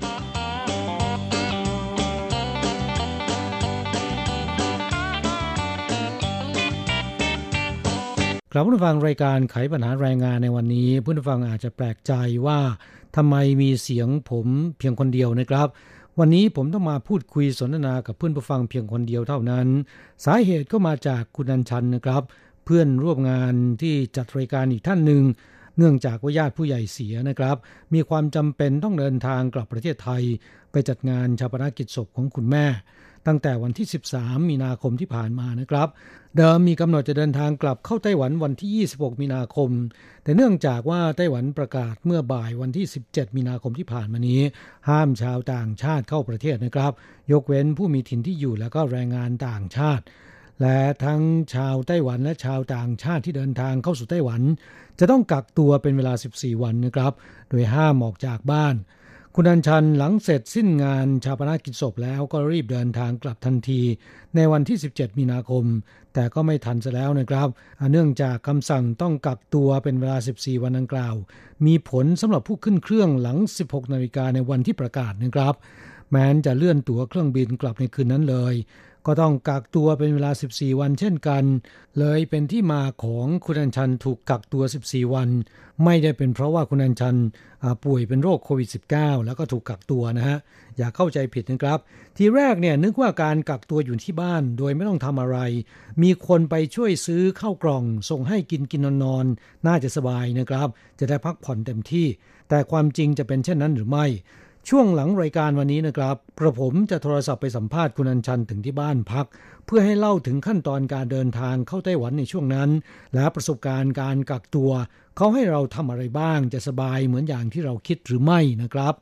กลับมาฟังรายการไขปัญหาแรงงานในวันนี้ผู้ฟังอาจจะแปลกใจว่าทำไมมีเสียงผมเพียงคนเดียวนะครับวันนี้ผมต้องมาพูดคุยสนทนากับเพื่อนผู้ฟังเพียงคนเดียวเท่านั้นสาเหตุก็มาจากคุณอัญชันนะครับเพื่อนร่วมงานที่จัดรายการอีกท่านหนึ่งเนื่องจากว่าญาติผู้ใหญ่เสียนะครับมีความจำเป็นต้องเดินทางกลับประเทศไทยไปจัดงานฌาปนกิจศพของคุณแม่ตั้งแต่วันที่13มีนาคมที่ผ่านมานะครับเดิมมีกำหนดจะเดินทางกลับเข้าไต้หวันวันที่26มีนาคมแต่เนื่องจากว่าไต้หวันประกาศเมื่อบ่ายวันที่17มีนาคมที่ผ่านมานี้ห้ามชาวต่างชาติเข้าประเทศนะครับยกเว้นผู้มีถิ่นที่อยู่และก็แรงงานต่างชาติและทั้งชาวไต้หวันและชาวต่างชาติที่เดินทางเข้าสู่ไต้หวันจะต้องกักตัวเป็นเวลา14วันนะครับโดยห้ามออกจากบ้านคุณอัญชันหลังเสร็จสิ้นงานฌาปนกิจศพแล้วก็รีบเดินทางกลับทันทีในวันที่17มีนาคมแต่ก็ไม่ทันซะแล้วนะครับเนื่องจากคำสั่งต้องกักตัวเป็นเวลา14วันดังกล่าวมีผลสำหรับผู้ขึ้นเครื่องหลัง 16 นาฬิกาในวันที่ประกาศนะครับแม้นจะเลื่อนตั๋วเครื่องบินกลับในคืนนั้นเลยก็ต้องกักตัวเป็นเวลา14วันเช่นกันเลยเป็นที่มาของคุณอัญชันถูกกักตัว14วันไม่ได้เป็นเพราะว่าคุณอัญชันป่วยเป็นโรคโควิด -19 แล้วก็ถูกกักตัวนะฮะอย่าเข้าใจผิดนะครับทีแรกเนี่ยนึกว่าการกักตัวอยู่ที่บ้านโดยไม่ต้องทำอะไรมีคนไปช่วยซื้อข้าวกล่องส่งให้กินนอนน่าจะสบายนะครับจะได้พักผ่อนเต็มที่แต่ความจริงจะเป็นเช่นนั้นหรือไม่ช่วงหลังรายการวันนี้นะครับกระผมจะโทรศัพท์ไปสัมภาษณ์คุณอัญชันถึงที่บ้านพักเพื่อให้เล่าถึงขั้นตอนการเดินทางเข้าไต้หวันในช่วงนั้นและประสบการณ์การกักตัวเขาให้เราทำอะไรบ้างจะสบายเหมือนอย่างที่เราคิดหรือไม่นะครับ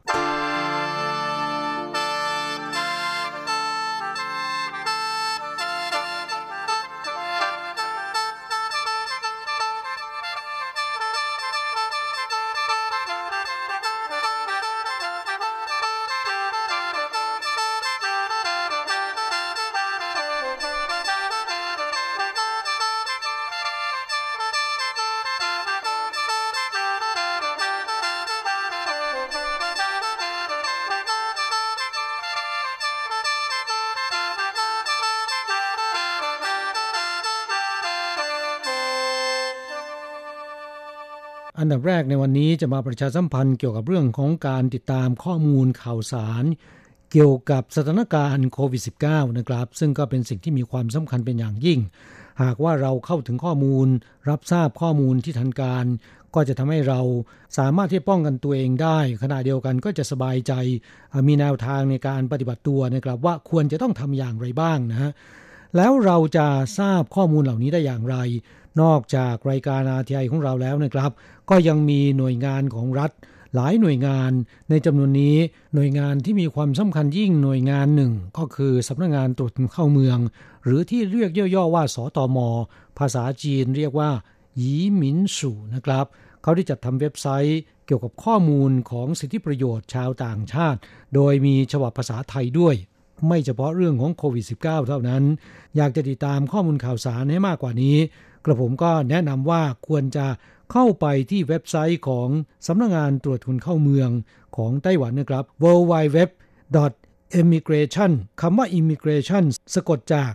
อันดับแรกในวันนี้จะมาประชาสัมพันธ์เกี่ยวกับเรื่องของการติดตามข้อมูลข่าวสารเกี่ยวกับสถานการณ์โควิด -19 นะครับซึ่งก็เป็นสิ่งที่มีความสำคัญเป็นอย่างยิ่งหากว่าเราเข้าถึงข้อมูลรับทราบข้อมูลที่ทันการก็จะทำให้เราสามารถที่ป้องกันตัวเองได้ขณะเดียวกันก็จะสบายใจมีแนวทางในการปฏิบัติตัวนะครับว่าควรจะต้องทำอย่างไรบ้างนะฮะแล้วเราจะทราบข้อมูลเหล่านี้ได้อย่างไรนอกจากรายการ RTI ของเราแล้วนะครับก็ยังมีหน่วยงานของรัฐหลายหน่วยงานในจำนวนนี้หน่วยงานที่มีความสำคัญยิ่งหน่วยงานหนึ่งก็คือสำนักงานตรวจคนเข้าเมืองหรือที่เรียกย่อๆว่าสตม.ภาษาจีนเรียกว่าหยีหมินสู่นะครับเขาได้จัดทำเว็บไซต์เกี่ยวกับข้อมูลของสิทธิประโยชน์ชาวต่างชาติโดยมีฉบับภาษาไทยด้วยไม่เฉพาะเรื่องของโควิด -19 เท่านั้นอยากจะติดตามข้อมูลข่าวสารให้มากกว่านี้กระผมก็แนะนำว่าควรจะเข้าไปที่เว็บไซต์ของสำนักงานตรวจคนเข้าเมืองของไต้หวันนะครับ www.immigration คำว่า immigration สะกดจาก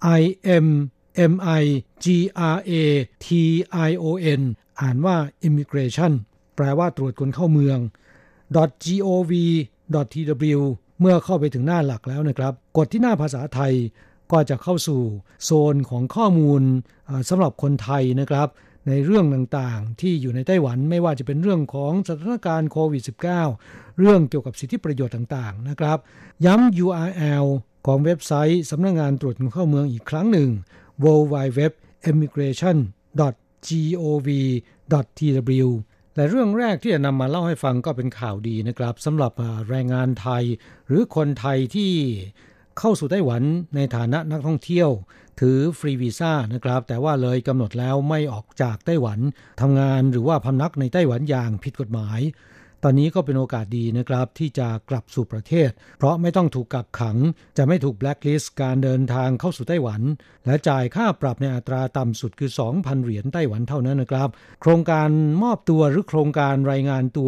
immigration อ่านว่า immigration แปลว่าตรวจคนเข้าเมือง .gov.tw เมื่อเข้าไปถึงหน้าหลักแล้วนะครับกดที่หน้าภาษาไทยก็จะเข้าสู่โซนของข้อมูลสำหรับคนไทยนะครับในเรื่องต่างๆที่อยู่ในไต้หวันไม่ว่าจะเป็นเรื่องของสถานการณ์โควิด -19 เรื่องเกี่ยวกับสิทธิประโยชน์ต่างๆนะครับย้ำ URL ของเว็บไซต์สำนักงานตรวจคนเข้าเมืองอีกครั้งหนึ่ง www.immigration.gov.tw และเรื่องแรกที่จะนำมาเล่าให้ฟังก็เป็นข่าวดีนะครับสำหรับแรงงานไทยหรือคนไทยที่เข้าสู่ไต้หวันในฐานะนักท่องเที่ยวถือฟรีวีซ่านะครับแต่ว่าเลยกำหนดแล้วไม่ออกจากไต้หวันทำงานหรือว่าพำนักในไต้หวันอย่างผิดกฎหมายตอนนี้ก็เป็นโอกาสดีนะครับที่จะกลับสู่ประเทศเพราะไม่ต้องถูกกักขังจะไม่ถูกแบล็คลิสต์การเดินทางเข้าสู่ไต้หวันและจ่ายค่าปรับในอัตราต่ำสุดคือ 2,000 เหรียญไต้หวันเท่านั้นนะครับโครงการมอบตัวหรือโครงการรายงานตัว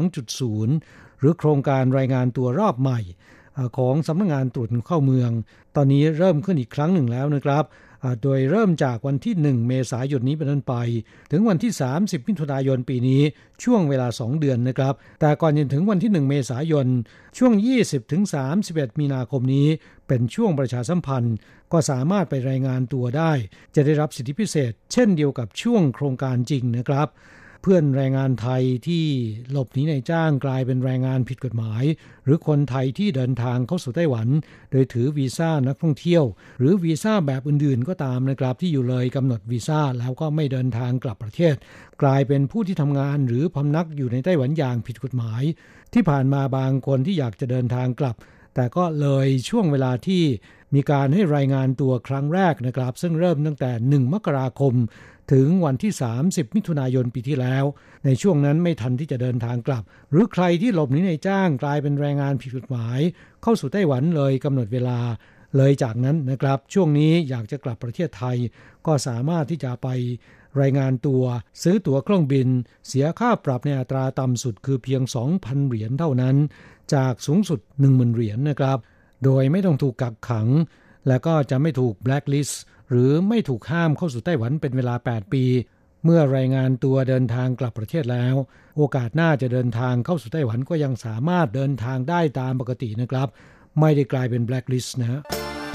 2.0 หรือโครงการรายงานตัวรอบใหม่ของสำนักงานตรวจคนเข้าเมืองตอนนี้เริ่มขึ้นอีกครั้งหนึ่งแล้วนะครับโดยเริ่มจากวันที่1เมษายนนี้เป็นต้นไปถึงวันที่30มิถุนายนปีนี้ช่วงเวลา2เดือนนะครับแต่ก่อนจะถึงวันที่1เมษายนช่วง20ถึง31มีนาคมนี้เป็นช่วงประชาสัมพันธ์ก็สามารถไปรายงานตัวได้จะได้รับสิทธิพิเศษเช่นเดียวกับช่วงโครงการจริงนะครับเพื่อนแรงงานไทยที่หลบหนีนายจ้างกลายเป็นแรงงานผิดกฎหมายหรือคนไทยที่เดินทางเข้าสู่ไต้หวันโดยถือวีซ่านักท่องเที่ยวหรือวีซ่าแบบอื่นๆก็ตามนะครับที่อยู่เลยกำหนดวีซ่าแล้วก็ไม่เดินทางกลับประเทศกลายเป็นผู้ที่ทำงานหรือพำนักอยู่ในไต้หวันอย่างผิดกฎหมายที่ผ่านมาบางคนที่อยากจะเดินทางกลับแต่ก็เลยช่วงเวลาที่มีการให้รายงานตัวครั้งแรกนะครับซึ่งเริ่มตั้งแต่1มกราคมถึงวันที่30มิถุนายนปีที่แล้วในช่วงนั้นไม่ทันที่จะเดินทางกลับหรือใครที่หลบหนีนายจ้างกลายเป็นแรงงานผิดกฎหมายเข้าสู่ไต้หวันเลยกำหนดเวลาเลยจากนั้นนะครับช่วงนี้อยากจะกลับประเทศไทยก็สามารถที่จะไปรายงานตัวซื้อตั๋วเครื่องบินเสียค่าปรับในอัตราต่ำสุดคือเพียง 2,000 เหรียญเท่านั้นจากสูงสุด 10,000 เหรียญนะครับโดยไม่ต้องถูกกักขังและก็จะไม่ถูกแบล็คลิสต์หรือไม่ถูกห้ามเข้าสู่ไต้หวันเป็นเวลา8ปีเมื่อรายงานตัวเดินทางกลับประเทศแล้วโอกาสหน้าจะเดินทางเข้าสู่ไต้หวันก็ยังสามารถเดินทางได้ตามปกตินะครับไม่ได้กลายเป็นแบล็คลิสต์นะฮะ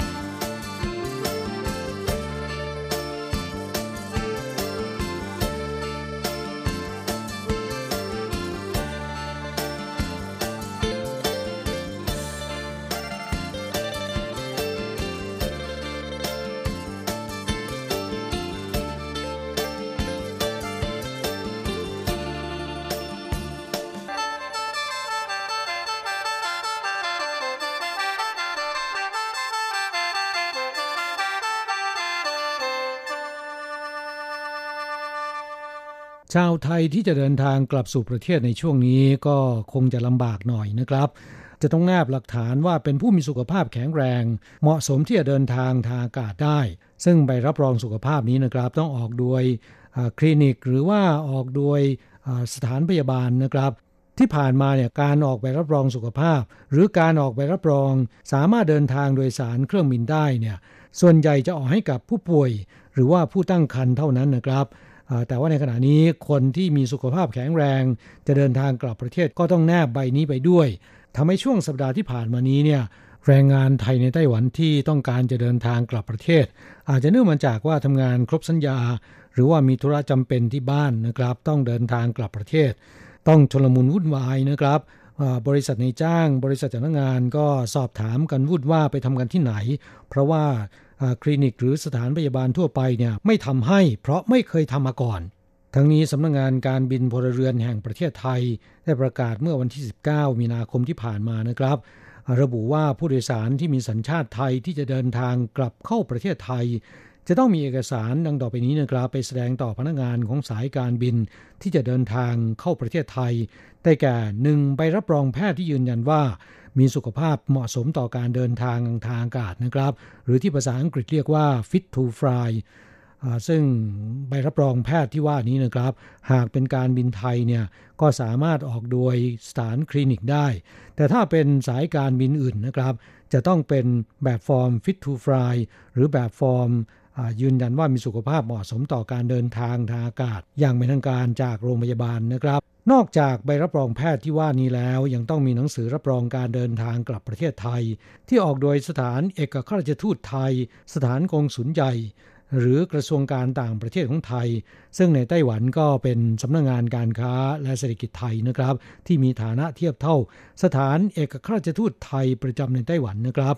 ชาวไทยที่จะเดินทางกลับสู่ประเทศในช่วงนี้ก็คงจะลำบากหน่อยนะครับจะต้องแนบหลักฐานว่าเป็นผู้มีสุขภาพแข็งแรงเหมาะสมที่จะเดินทางทางอากาศได้ซึ่งใบรับรองสุขภาพนี้นะครับต้องออกโดยคลินิกหรือว่าออกโดยสถานพยาบาลนะครับที่ผ่านมาเนี่ยการออกใบรับรองสุขภาพหรือการออกใบรับรองสามารถเดินทางโดยสารเครื่องบินได้เนี่ยส่วนใหญ่จะออกให้กับผู้ป่วยหรือว่าผู้ตั้งครรภ์เท่านั้นนะครับแต่ว่าในขณะนี้คนที่มีสุขภาพแข็งแรงจะเดินทางกลับประเทศก็ต้องแนบใบนี้ไปด้วยทำให้ช่วงสัปดาห์ที่ผ่านมานี้เนี่ยแรงงานไทยในไต้หวันที่ต้องการจะเดินทางกลับประเทศอาจจะเนื่องมาจากว่าทำงานครบสัญญาหรือว่ามีธุระจำเป็นที่บ้านนะครับต้องเดินทางกลับประเทศต้องชลมุนวุ่นวายนะครับบริษัทนายจ้างบริษัทจ้างงานก็สอบถามกันวุ่นว่าไปทำกันที่ไหนเพราะว่าคลินิกหรือสถานพยาบาลทั่วไปเนี่ยไม่ทำให้เพราะไม่เคยทำมาก่อนทั้งนี้สำนักงานการบินพลเรือนแห่งประเทศไทยได้ประกาศเมื่อวันที่19มีนาคมที่ผ่านมานะครับระบุว่าผู้โดยสารที่มีสัญชาติไทยที่จะเดินทางกลับเข้าประเทศไทยจะต้องมีเอกสารดังต่อไปนี้นะครับไปแสดงต่อพนักงานของสายการบินที่จะเดินทางเข้าประเทศไทยได้แก่1ใบรับรองแพทย์ที่ยืนยันว่ามีสุขภาพเหมาะสมต่อการเดินทางทางอากาศนะครับหรือที่ภาษาอังกฤษเรียกว่า fit to fly ซึ่งใบรับรองแพทย์ที่ว่านี้นะครับหากเป็นการบินไทยเนี่ยก็สามารถออกโดยสถานคลินิกได้แต่ถ้าเป็นสายการบินอื่นนะครับจะต้องเป็นแบบฟอร์ม fit to fly หรือแบบฟอร์มยืนยันว่ามีสุขภาพเหมาะสมต่อการเดินทางทางอากาศอย่างเป็นทางการจากโรงพยาบาลนะครับนอกจากใบรับรองแพทย์ที่ว่านี้แล้วยังต้องมีหนังสือรับรองการเดินทางกลับประเทศไทยที่ออกโดยสถานเอกอัครราชทูตไทยสถานกงสุลใหญ่หรือกระทรวงการต่างประเทศของไทยซึ่งในไต้หวันก็เป็นสำนักงานการค้าและเศรษฐกิจไทยนะครับที่มีฐานะเทียบเท่าสถานเอกอัครราชทูตไทยประจำในไต้หวันนะครับผ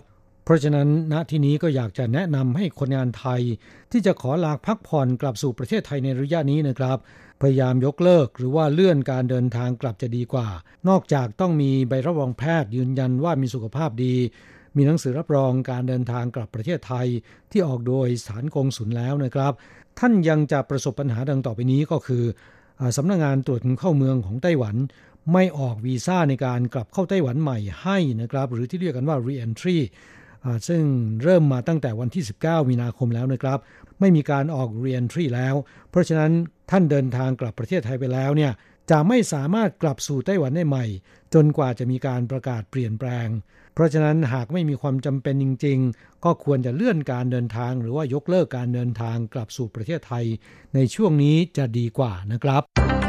ราะฉะนั้นณที่นี้ก็อยากจะแนะนำให้คนงานไทยที่จะขอลาพักผ่อนกลับสู่ประเทศไทยในระยะนี้นะครับพยายามยกเลิกหรือว่าเลื่อนการเดินทางกลับจะดีกว่านอกจากต้องมีใบรับรองแพทย์ยืนยันว่ามีสุขภาพดีมีหนังสือรับรองการเดินทางกลับประเทศไทยที่ออกโดยสถานกงสุลแล้วนะครับท่านยังจะประสบปัญหาดังต่อไปนี้ก็คือสำนักงานตรวจคนเข้าเมืองของไต้หวันไม่ออกวีซ่าในการกลับเข้าไต้หวันใหม่ให้นะครับหรือที่เรียกกันว่า re-entry ซึ่งเริ่มมาตั้งแต่วันที่19มีนาคมแล้วนะครับไม่มีการออก re-entry แล้วเพราะฉะนั้นท่านเดินทางกลับประเทศไทยไปแล้วเนี่ยจะไม่สามารถกลับสู่ไต้หวันได้ใหม่จนกว่าจะมีการประกาศเปลี่ยนแปลงเพราะฉะนั้นหากไม่มีความจำเป็นจริงๆก็ควรจะเลื่อนการเดินทางหรือว่ายกเลิกการเดินทางกลับสู่ประเทศไทยในช่วงนี้จะดีกว่านะครับ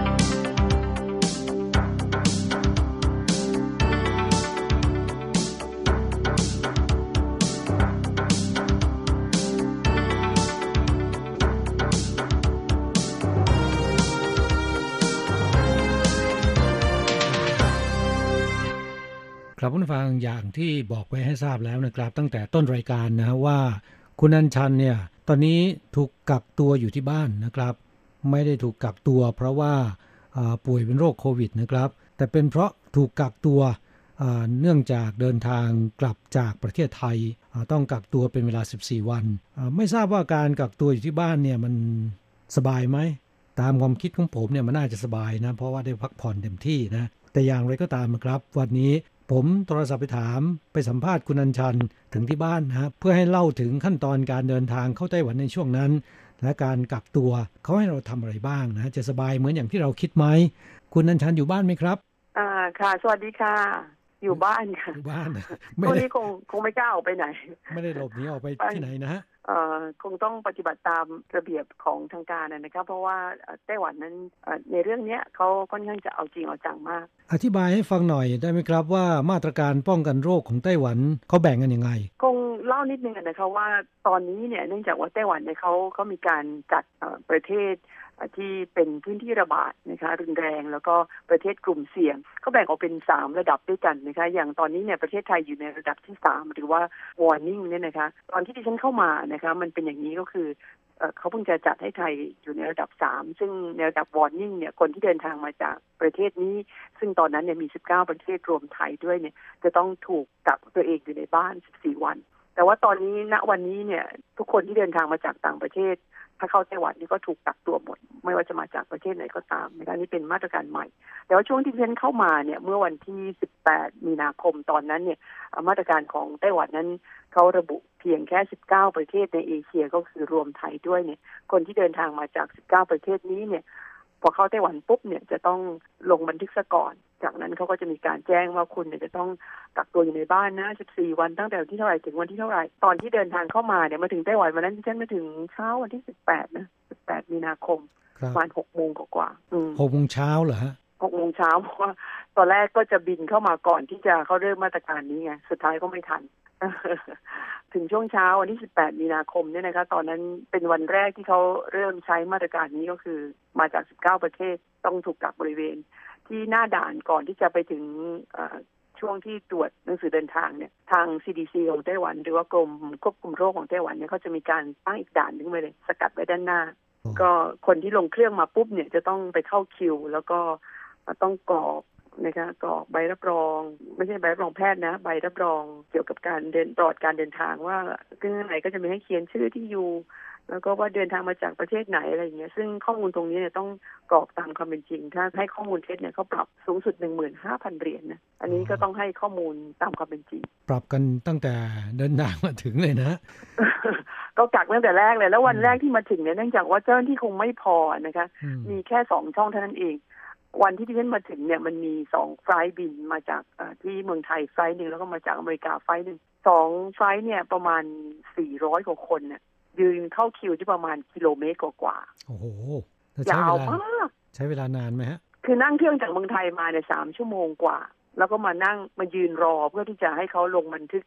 ครับผู้ฟังอย่างที่บอกไว้ให้ทราบแล้วนะครับตั้งแต่ต้นรายการนะว่าคุณอัญชันเนี่ยตอนนี้ถูกกักตัวอยู่ที่บ้านนะครับไม่ได้ถูกกักตัวเพราะว่าป่วยเป็นโรคโควิดนะครับแต่เป็นเพราะถูกกักตัวเนื่องจากเดินทางกลับจากประเทศไทยต้องกักตัวเป็นเวลา14วันไม่ทราบว่าการกักตัวอยู่ที่บ้านเนี่ยมันสบายไหมตามความคิดของผมเนี่ยมันน่าจะสบายนะเพราะว่าได้พักผ่อนเต็มที่นะแต่อย่างไรก็ตามครับวันนี้ผมโทรศัพท์ไปถามไปสัมภาษณ์คุณอัญชันถึงที่บ้านนะเพื่อให้เล่าถึงขั้นตอนการเดินทางเข้าไต้หวันในช่วงนั้นและการกักตัวเขาให้เราทำอะไรบ้างนะจะสบายเหมือนอย่างที่เราคิดไหมคุณอัญชันอยู่บ้านไหมครับค่ะสวัสดีค่ะอยู่บ้านค่ะอยู่บ้านวันนี้คงไม่กล้าออกไปไหนไม่ได้หลบหนีออกไปที่ไหนนะฮะคงต้องปฏิบัติตามระเบียบของทางการนะครับเพราะว่าไต้หวันนั้นในเรื่องนี้เขาค่อนข้างจะเอาจริงเอาจังมากอธิบายให้ฟังหน่อยได้ไหมครับว่ามาตรการป้องกันโรคของไต้หวันเขาแบ่งกันยังไงคงเล่านิดนึงนะคะว่าตอนนี้เนี่ยเนื่องจากว่าไต้หวันเนี่ยเขามีการจัดประเทศที่เป็นพื้นที่ระบาดนะคะรุนแรงแล้วก็ประเทศกลุ่มเสี่ยงเขาแบ่งออกเป็น3ระดับด้วยกันนะคะอย่างตอนนี้เนี่ยประเทศไทยอยู่ในระดับที่3หรือว่า warning เนี่ยนะคะตอนที่ดิฉันเข้ามานะคะมันเป็นอย่างนี้ก็คือเขาเพิ่งจะจัดให้ไทยอยู่ในระดับ3ซึ่งในระดับ warning เนี่ยคนที่เดินทางมาจากประเทศนี้ซึ่งตอนนั้นเนี่ยมี19ประเทศรวมไทยด้วยเนี่ยจะต้องถูกกักตัวเองอยู่ในบ้าน14วันแต่ว่าตอนนี้ณวันนี้เนี่ยทุกคนที่เดินทางมาจากต่างประเทศถ้าเข้าไต้หวันนี่ก็ถูกกักตัวหมดไม่ว่าจะมาจากประเทศไหนก็ตามนะคะนี่เป็นมาตรการใหม่แต่ว่าช่วงที่ฉันเข้ามาเนี่ยเมื่อวันที่18มีนาคมตอนนั้นเนี่ยมาตรการของไต้หวันนั้นเขาระบุเพียงแค่19ประเทศในเอเชียก็คือรวมไทยด้วยเนี่ยคนที่เดินทางมาจาก19ประเทศนี้เนี่ยพอเข้าไต้หวันปุ๊บเนี่ยจะต้องลงบันทึกซะก่อนจากนั้นเขาก็จะมีการแจ้งว่าคุณเนี่ยจะต้องกักตัวอยู่ในบ้านนะ14วันตั้งแต่วันที่เท่าไหร่ถึงวันที่เท่าไหร่ตอนที่เดินทางเข้ามาเนี่ยมาถึงไต้หวันวันนั้นฉันมาถึงเช้าวันที่18นะ18มีนาคมประมาณ 6:00 นกว่า 6:00 นเช้าเหรอฮะ 6:00 นเช้าเพราะว่าตอนแรกก็จะบินเข้ามาก่อนที่จะเขาเริ่มมาตรการนี้ไงสุดท้ายก็ไม่ทันถึงช่วงเช้าวันที่18มีนาคมเนี่ยนะคะตอนนั้นเป็นวันแรกที่เขาเริ่มใช้มาตรการนี้ก็คือมาจาก19ประเทศต้องถูกกักบริเวณที่หน้าด่านก่อนที่จะไปถึงช่วงที่ตรวจหนังสือเดินทางเนี่ยทาง CDC ของไต้หวันหรือว่ากรมควบคุมโรคของไต้หวันเนี่ยเขาจะมีการตั้งอีกด่านนึงไว้เลยสกัดไว้ด้านหน้าก็คนที่ลงเครื่องมาปุ๊บเนี่ยจะต้องไปเข้าคิวแล้วก็ต้องกรอกนะคะกรอกใบรับรองไม่ใช่ใบรับรองแพทย์นะใบรับรองเกี่ยวกับการปลอดการเดินทางว่าเครื่องไหนก็จะมีให้เขียนชื่อที่อยู่แล้วก็ว่าเดินทางมาจากประเทศไหนอะไรอย่างเงี้ยซึ่งข้อมูลตรงนี้เนี่ยต้องกรอกตามความเป็นจริงถ้าให้ข้อมูลเท็จเนี่ยเขาปรับสูงสุด 15,000 เหรียญนะอันนี้ก็ต้องให้ข้อมูลตามความเป็นจริงปรับกันตั้งแต่เดินทางมาถึงเลยนะก็กักตั้งแต่แรกเลยแล้ววันแรกที่มาถึงเนี่ยเนื่องจากว่าเจ้าหน้าที่คงไม่พอนะคะมีแค่2ช่องเท่านั้นเองวันที่ดิฉันมาถึงเนี่ยมันมี2ไฟล์บินมาจากที่เมืองไทยไฟล์นึงแล้วก็มาจากอเมริกาไฟล์นึง2ไฟล์เนี่ยประมาณ400กว่าคนเนี่ยยืนเข้าคิวที่ประมาณกิโลเมตรกว่าโอ้โหยาวมากใช้เวลานานไหมฮะคือนั่งเครื่องจากเมืองไทยมาเนี่ย3 ชั่วโมงกว่าแล้วก็มานั่งมายืนรอเพื่อที่จะให้เขาลงบันทึก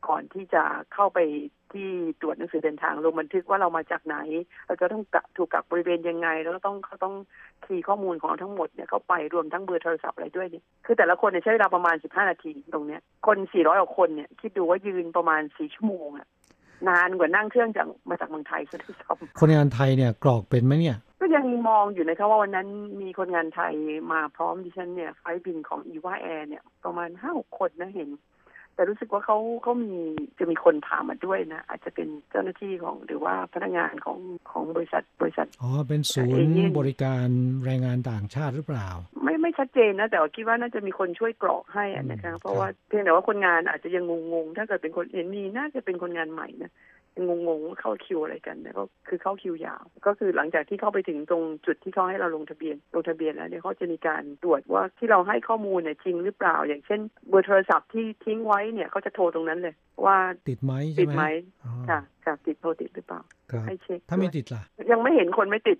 ก่อนที่จะเข้าไปที่ตรวจหนังสือเดินทางลงบันทึกว่าเรามาจากไหนเราจะต้องถูกกักบริเวณยังไงแล้วก็เขาต้องคีย์ข้อมูลของเราทั้งหมดเนี่ยเข้าไปรวมทั้งเบอร์โทรศัพท์อะไรด้วยเนี่ยคือแต่ละคนเนี่ยใช้เวลาประมาณ15นาทีตรงเนี้ยคน400กว่าคนเนี่ยคิดดูว่ายืนประมาณ4ชั่วโมงอะนานกว่านั่งเครื่องมาจากเมืองไทยซะด้วยซ้ำคนงานไทยเนี่ยกรอกเป็นไหมเนี่ยก็ยังมองอยู่นะคะว่าวันนั้นมีคนงานไทยมาพร้อมดิฉันเนี่ยไฟล์บินของอีวาแอร์เนี่ยประมาณ 5-6 คนนะเห็นแต่รู้สึกว่าเขาจะมีคนพามาด้วยนะอาจจะเป็นเจ้าหน้าที่ของหรือว่าพนักงานของบริษัทอ๋อเป็นศูนย์บริการแรงงานต่างชาติหรือเปล่าไม่ชัดเจนนะแต่ว่าคิดว่าน่าจะมีคนช่วยกรอกให้นะคะเพราะว่าเพียงแต่ว่าคนงานอาจจะยังงงๆถ้าเกิดเป็นคนเห็นมีน่าจะเป็นคนงานใหม่นะงงว่าเข้าคิวอะไรกันก็คือเข้าคิวยาวก็คือหลังจากที่เข้าไปถึงตรงจุดที่เขาให้เราลงทะเบียนแล้วเนี่ยเขาจะมีการตรวจว่าที่เราให้ข้อมูลเนี่ยจริงหรือเปล่าอย่างเช่นเบอร์โทรศัพท์ที่ทิ้งไว้เนี่ยเขาจะโทรตรงนั้นเลยว่าติดไหมใช่ไหมค่ะติดโทรติดหรือเปล่าให้เช็คถ้าไม่ติดล่ะยังไม่เห็นคนไม่ติด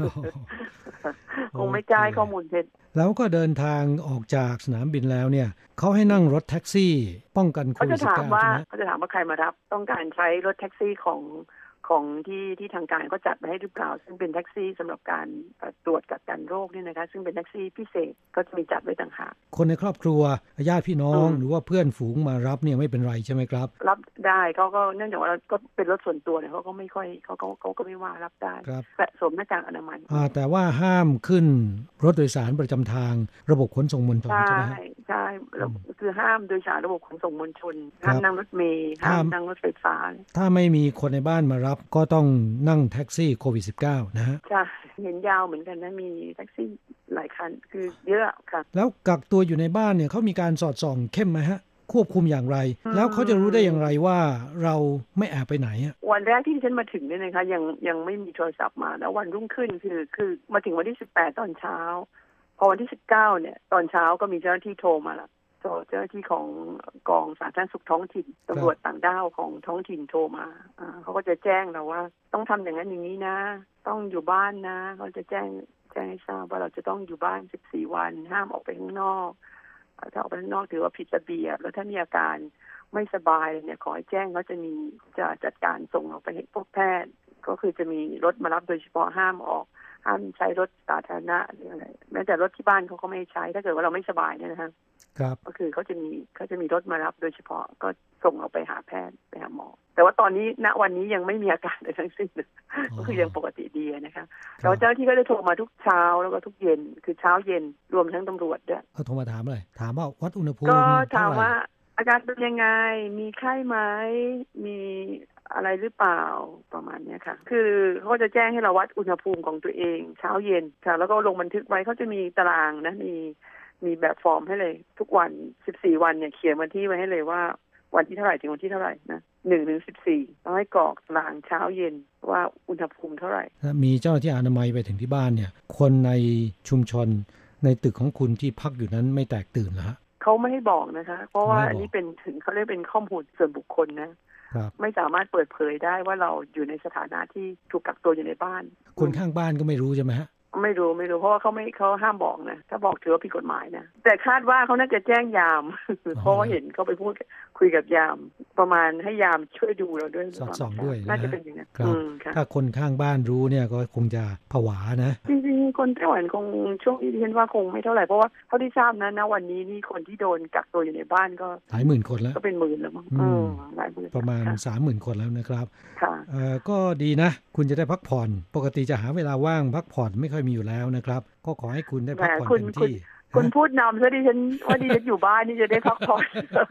คงไม่จ่ายข้อมูลเท็จแล้วก็เดินทางออกจากสนามบินแล้วเนี่ยเขาให้นั่งรถแท็กซี่ป้องกันโควิด -19 ใช่ไหมเขาจะถามว่าใครมารับต้องการใช้รถแท็กซี่ของที่ทางการก็จัดมาให้หรือเปล่าซึ่งเป็นแท็กซี่สำหรับการตรวจกักกันโรคนี่นะคะซึ่งเป็นแท็กซี่พิเศษก็จะมีจัดไว้ต่างหากคนในครอบครัวญาติพี่น้องหรือว่าเพื่อนฝูงมารับเนี่ยไม่เป็นไรใช่ไหมครับรับได้เขาก็เนื่องจากว่าก็เป็นรถส่วนตัวเนี่ยเขาก็ไม่ค่อยเขาก็ไม่ว่ารับได้แต่สวมหน้ากากอนามัยแต่ว่าห้ามขึ้นรถโดยสารประจำทางระบบขนส่งมวลชนใช่ไหมใช่คือห้ามโดยสารระบบขนส่งมวลชนห้ามนั่งรถเมล์ห้ามนั่งรถไฟฟ้าถ้าไม่มีคนในบ้านมารับก็ต้องนั่งแท็กซี่โควิด -19 นะฮะใช่เห็นยาวเหมือนกันนะมีแท็กซี่หลายคันคือเยอะค่ะแล้วกักตัวอยู่ในบ้านเนี่ยเขามีการสอดส่องเข้มไหมฮะควบคุมอย่างไรแล้วเขาจะรู้ได้อย่างไรว่าเราไม่แอบไปไหนอ่ะวันแรกที่ฉันมาถึงเนี่ยนะคะยังไม่มีโทรศัพท์มาแล้ววันรุ่งขึ้นคือมาถึงวันที่18ตอนเช้าพอวันที่19เนี่ยตอนเช้าก็มีเจ้าหน้าที่โทรมาละเจ้าหน้าที่ของกองสาธารณสุขท้องถิ่นตำรวจต่างด้าวของท้องถิ่นโทรมาเขาก็จะแจ้งเราว่าต้องทำอย่างนั้นอย่างนี้นะต้องอยู่บ้านนะเขาจะแจ้งให้ทราบว่าเราจะต้องอยู่บ้าน14วันห้ามออกไปข้างนอกถ้าออกไปข้างนอกถือว่าผิดระเบียบแล้วถ้ามีอาการไม่สบายเนี่ยขอให้แจ้งเขาจะจัดการส่งออกไปให้พบแพทย์ก็คือจะมีรถมารับโดยเฉพาะห้ามใช้รถสาธารณะหรืออะไรแม้แต่รถที่บ้านเขาก็ไม่ใช้ถ้าเกิดว่าเราไม่สบายเนี่ยนะคะก็คือเขาจะมีรถมารับโดยเฉพาะก็ส่งเอาไปหาแพทย์ไปหาหมอแต่ว่าตอนนี้ณวันนี้ยังไม่มีอาการอะไรทั้งสิ้นก็คือยังปกติดีนะคะแล้วเจ้าที่ก็จะโทรมาทุกเช้าแล้วก็ทุกเย็นคือเช้าเย็นรวมทั้งตำรวจด้วยเขาโทรมาถามเลยถามว่าวัดอุณหภูมิก็ถามว่าอาการเป็นยังไงมีไข้ไหมมีอะไรหรือเปล่าประมาณนี้ค่ะคือเขาจะแจ้งให้เราวัดอุณหภูมิของตัวเองเช้าเย็นค่ะแล้วก็ลงบันทึกไว้เขาจะมีตารางนะมีแบบฟอร์มให้เลยทุกวัน14วันเนี่ยเขียนวันที่ไว้ให้เลยว่าวันที่เท่าไหร่ถึงวันที่เท่าไหร่นะ1 ถึง 14ต้องให้กรอกตารางเช้าเย็นว่าอุณหภูมิเท่าไหร่มีเจ้าหน้าที่อนามัยไปถึงที่บ้านเนี่ยคนในชุมชนในตึกของคุณที่พักอยู่นั้นไม่แตกตื่นเหรอฮะเขาไม่ให้บอกนะคะเพราะว่าอันนี้เป็นถึงเขาเรียกเป็นข้อมูลส่วนบุคคลนะไม่สามารถเปิดเผยได้ว่าเราอยู่ในสถานะที่ถูกกักตัวอยู่ในบ้านคนข้างบ้านก็ไม่รู้ใช่ไหมฮะไม่รู้เพราะว่าเขาห้ามบอกนะถ้าบอกถือว่าผิดกฎหมายนะแต่คาดว่าเขาน่าจะแจ้งยามเพราะว่าเห็นเขาไปพูดคุยกับยามประมาณให้ยามช่วยดูเราด้วยสอดส่องด้วยน่าจะเป็นอย่างนั้นถ้าคนข้างบ้านรู้เนี่ยก็คงจะผวานะจริงๆคนไต้หวันคงช่วงนี้ดิฉันว่าคงไม่เท่าไหร่เพราะว่าเท่าที่ทราบนะวันนี้นี่คนที่โดนกักตัวอยู่ในบ้านก็หลายหมื่นคนแล้วก็เป็นหมื่นแล้วมั้งหลายหมื่นประมาณ 30,000 คนแล้วนะครับค่ะก็ดีนะคุณจะได้พักผ่อนปกติจะหาเวลาว่างพักผ่อนไม่ค่อยมีอยู่แล้วนะครับก็ขอให้คุณได้พักผ่อนเต็มที่คุณพูดนำซะดิฉันว่าดิฉันอยู่บ้านนี่จะได้พักผ่อน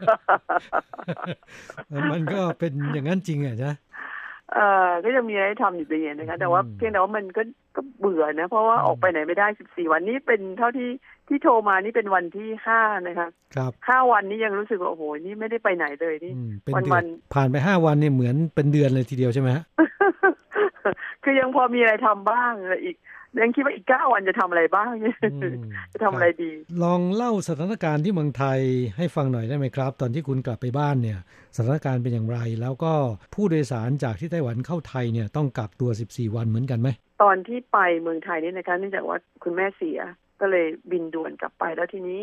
มันก็เป็นอย่างนั้นจริงอ่ะนะก็จะมีอะไรทำอยู่ดีนะคะแต่ว่าเพียงแต่ว่ามันก็เบื่อนะเพราะว่าออกไปไหนไม่ได้14วันนี้เป็นเท่าที่โทรมานี่เป็นวันที่5นะคะครับ 5วันนี้ยังรู้สึกว่าโอ้โหนี่ไม่ได้ไปไหนเลยนี่วันผ่านไป5วันนี่เหมือนเป็นเดือนเลยทีเดียวใช่ไหมฮะคือยังพอมีอะไรทำบ้างอีกยังคิดว่าอีก9วันจะทำอะไรบ้างจะทำอะไรดีลองเล่าสถานการณ์ที่เมืองไทยให้ฟังหน่อยได้ไหมครับตอนที่คุณกลับไปบ้านเนี่ยสถานการณ์เป็นอย่างไรแล้วก็ผู้โดยสารจากที่ไต้หวันเข้าไทยเนี่ยต้องกักตัว14วันเหมือนกันไหมตอนที่ไปเมืองไทยนี่นะคะเนื่องจากว่าคุณแม่เสียก็เลยบินด่วนกลับไปแล้วทีนี้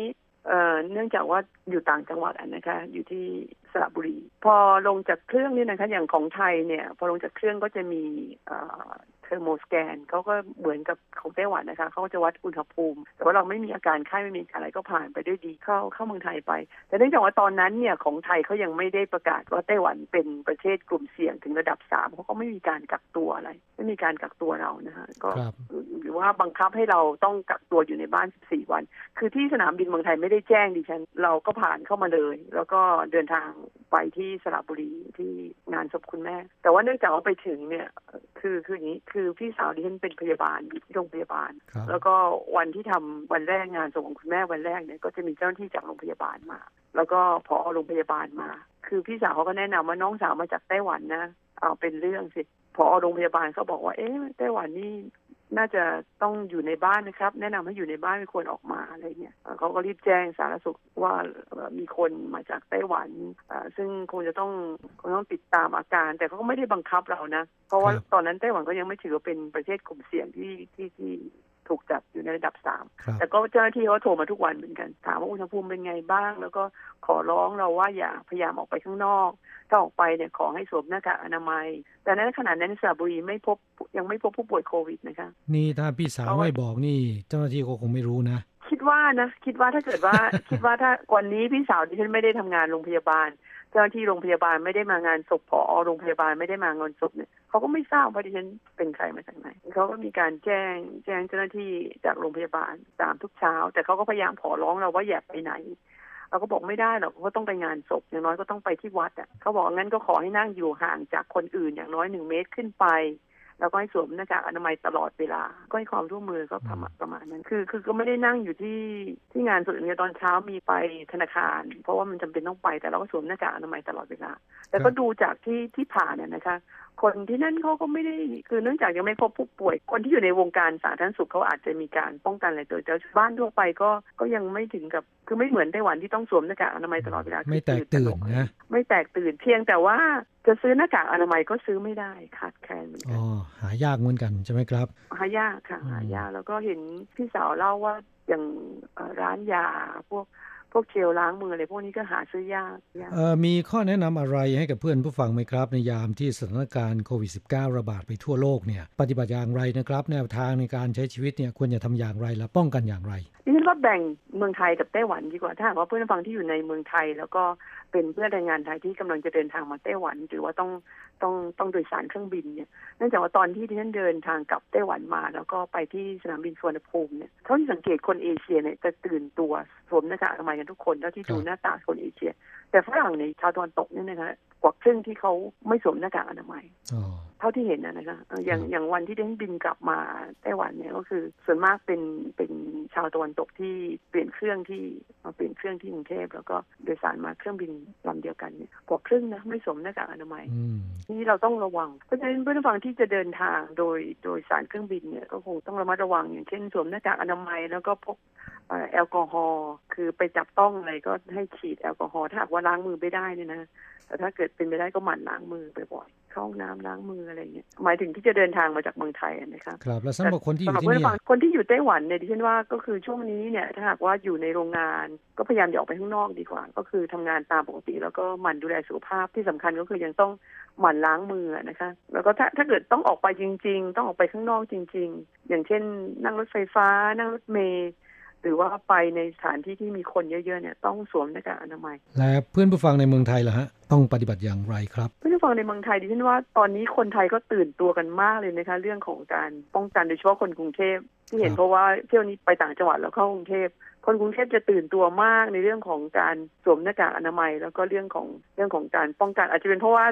เนื่องจากว่าอยู่ต่างจังหวัดนะคะอยู่ที่สระบุรีพอลงจากเครื่องนี่นะคะอย่างของไทยเนี่ยพอลงจากเครื่องก็จะมีเทอร์โมสแกนเขาก็เหมือนกับของไต้หวันนะคะเขาจะวัดอุณหภูมิแต่ว่าเราไม่มีอาการไข้ไม่มีอะไรก็ผ่านไปด้วยดีเข้าเมืองไทยไปแต่เนื่องจากว่าตอนนั้นเนี่ยของไทยเขายังไม่ได้ประกาศว่าไต้หวันเป็นประเทศกลุ่มเสี่ยงถึงระดับ3เขาก็ไม่มีการกักตัวอะไรไม่มีการกักตัวเรานะคะก็หรือว่าบังคับให้เราต้องกักตัวอยู่ในบ้าน14วันคือที่สนามบินเมืองไทยไม่ได้แจ้งดิฉันเราก็ผ่านเข้ามาเลยแล้วก็เดินทางไปที่สระบุรีที่งานศพคุณแม่แต่ว่าเนื่องจากว่าไปถึงเนี่ยคืออย่างนี้คือพี่สาวดิฉันเป็นพยาบาลอยู่ที่โรงพยาบาลแล้วก็วันที่ทำวันแรกงานศพของคุณแม่วันแรกเนี่ยก็จะมีเจ้าหน้าที่จากโรงพยาบาลมาแล้วก็ผอ.โรงพยาบาลมาคือพี่สาวเขาก็แนะนำว่าน้องสาวมาจากไต้หวันนะเอาเป็นเรื่องสิผอ.โรงพยาบาลเขาบอกว่าไต้หวันนี่น่าจะต้องอยู่ในบ้านนะครับแนะนำให้อยู่ในบ้านไม่ควรออกมาอะไรเนี่ยเขาก็รีบแจ้งสาธารณสุขว่ามีคนมาจากไต้หวันซึ่งคงจะต้องติดตามอาการแต่เขาก็ไม่ได้บังคับเรานะเพราะว่าตอนนั้นไต้หวันก็ยังไม่ถือว่าเป็นประเทศกลุ่มเสี่ยงที่ถูกจัดอยู่ในระดับ3แต่ก็เจ้าหน้าที่เขาโทรมาทุกวันเหมือนกันถามว่าอุณหภูมิเป็นไงบ้างแล้วก็ขอร้องเราว่าอย่าพยายามออกไปข้างนอกถ้าออกไปเนี่ยขอให้สวมหน้ากากอนามัยแต่ในขณะนั้นสระบุรียังไม่พบผู้ป่วยโควิดนะคะนี่ถ้าพี่สาวไม่บอกนี่เจ้าหน้าที่ก็คงไม่รู้นะคิดว่าถ้าเกิดว่า คิดว่าถ้าวันนี้พี่สาวดิฉันไม่ได้ทำงานโรงพยาบาลเจ้าหน้าที่โรงพยาบาลไม่ได้มางานศพผอ.โรงพยาบาลไม่ได้มางานศพเนี่ยเขาก็ไม่ทราบว่าดิฉันเป็นใครมาจากไหนเขาก็มีการแจ้งเจ้าหน้าที่จากโรงพยาบาลตามทุกเช้าแต่เขาก็พยายามขอร้องเราว่าอย่าไปไหนเราก็บอกไม่ได้หรอกเขาต้องไปงานศพอย่างน้อยก็ต้องไปที่วัดเขาบอกงั้นก็ขอให้นั่งอยู่ห่างจากคนอื่นอย่างน้อย1 เมตรขึ้นไปแล้วก็ให้สวมหน้ากากอนามัยตลอดเวลาก็ให้ความร่วมมือก็ประมาณนั้นคือก็ไม่ได้นั่งอยู่ที่งานศพอย่างเงี้ยตอนเช้ามีไปธนาคารเพราะว่ามันจำเป็นต้องไปแต่เราก็สวมหน้ากากอนามัยตลอดเวลาแต่ก็ดูจากที่ผ่านเนี่ยนะคะคนที่นั่นเขาก็ไม่ได้คือเนื่องจากยังไม่พบผู้ป่วยคนที่อยู่ในวงการสาธารณสุขเขาอาจจะมีการป้องกันอะไรตัวแต่บ้านทั่วไปก็ยังไม่ถึงกับคือไม่เหมือนไต้หวันที่ต้องสวมหน้ากากอนามัยตลอดเวลาไม่แตกตื่นนะไม่แตกตื่นเพียงแต่ว่าจะซื้อหน้ากากอนามัยก็ซื้อไม่ได้ขาดแคลนเหมือนกันหายากเหมือนกันใช่ไหมครับหายากค่ะหายากแล้วก็เห็นพี่สาวเล่าว่าอย่างร้านยาพวกเจลล้างมืออะไรพวกนี้ก็หาซื้อยากมีข้อแนะนำอะไรให้กับเพื่อนผู้ฟังไหมครับในยามที่สถานการณ์โควิด -19 ระบาดไปทั่วโลกเนี่ยปฏิบัติอย่างไรนะครับแนวทางในการใช้ชีวิตเนี่ยควรจะทำอย่างไรและป้องกันอย่างไรดิฉันว่าแบ่งเมืองไทยกับไต้หวันดีกว่าถ้าหากว่าเพื่อนผู้ฟังที่อยู่ในเมืองไทยแล้วก็เป็นเพื่อนแรงงานไทยที่กำลังจะเดินทางมาไต้หวันหรือว่าต้องโดยสารเครื่องบินเนี่ยเนื่องจากว่าตอนที่ดิฉันเดินทางกลับไต้หวันมาแล้วก็ไปที่สนามบินสุวรรณภูมิเนี่ยเท่าที่สังเกตคนเอเชียเนี่ยจะตื่นตัวสวมหน้ากากอนามัยกันทุกคนเท่าที่ดูหน้าตาคนเอเชียแต่ฝรั่งในชาวตะวันตกเนี่ยนะคะกว่าครึ่งที่เขาไม่สวมหน้ากากอนามัยเท่าที่เห็นนะคะอย่างวันที่ดิฉันบินกลับมาไต้หวันเนี่ยก็คือส่วนมากเป็นชาวตะวันตกที่เปลี่ยนเครื่องที่กรุงเทพแล้วก็โดยสารมาเครื่องบินลำเดียวกันเนี่ยกว่าครึ่งนะไม่สวมหน้ากากอนามัยนี่เราต้องระวังเพราะฉะนั้นเพื่อนผู้ฟังที่จะเดินทางโดยสารเครื่องบินเนี่ยก็คงต้องระมัดระวังอย่างเช่นสวมหน้ากากอนามัยแล้วก็พกแอลกอฮอล์คือไปจับต้องอะไรก็ให้ฉีดแอลกอฮอล์ถ้าหากว่าล้างมือไม่ได้เนี่ยนะแต่ถ้าเกิดเป็นไปได้ก็หมั่นล้างมือบ่อยๆเข้าห้องน้ำล้างมืออะไรเงี้ยหมายถึงที่จะเดินทางมาจากเมืองไทยนะครับครับแล้วสำหรับคนที่อยู่ที่นี่คนที่อยู่ไต้หวันเนี่ยดิฉันว่าก็คือช่วงนี้เนี่ยถ้าหากว่าอยู่ในโรงงานก็พยายามอย่าออกไปข้างนอกดีกว่าก็คือทำงานตามปกติแล้วก็หมั่นดูแลสุขภาพที่สำคัญก็คือยังต้องหมั่นล้างมือนะคะแล้วก็ถ้าเกิดต้องออกไปจริงๆต้องออกไปข้างนอกจริงๆอย่างเช่นนั่งรถไฟฟ้านั่งรถเมล์หรือว่าไปในสถานที่ที่มีคนเยอะๆเนี่ยต้องสวมหน้ากากอนามัยและเพื่อนผู้ฟังในเมืองไทยล่ะฮะต้องปฏิบัติอย่างไรครับเพื่อนผู้ฟังในเมืองไทยดิฉันว่าตอนนี้คนไทยก็ตื่นตัวกันมากเลยนะคะเรื่องของการป้องกันโดยเฉพาะคนกรุงเทพที่เห็นเพราะว่าเที่ยวนี้ไปต่างจังหวัดแล้วเข้ากรุงเทพคนกรุงเทพจะตื่นตัวมากในเรื่องของการสวมหน้ากากอนามัยแล้วก็เรื่องของการป้องกันอาจจะเป็นเพราะว่า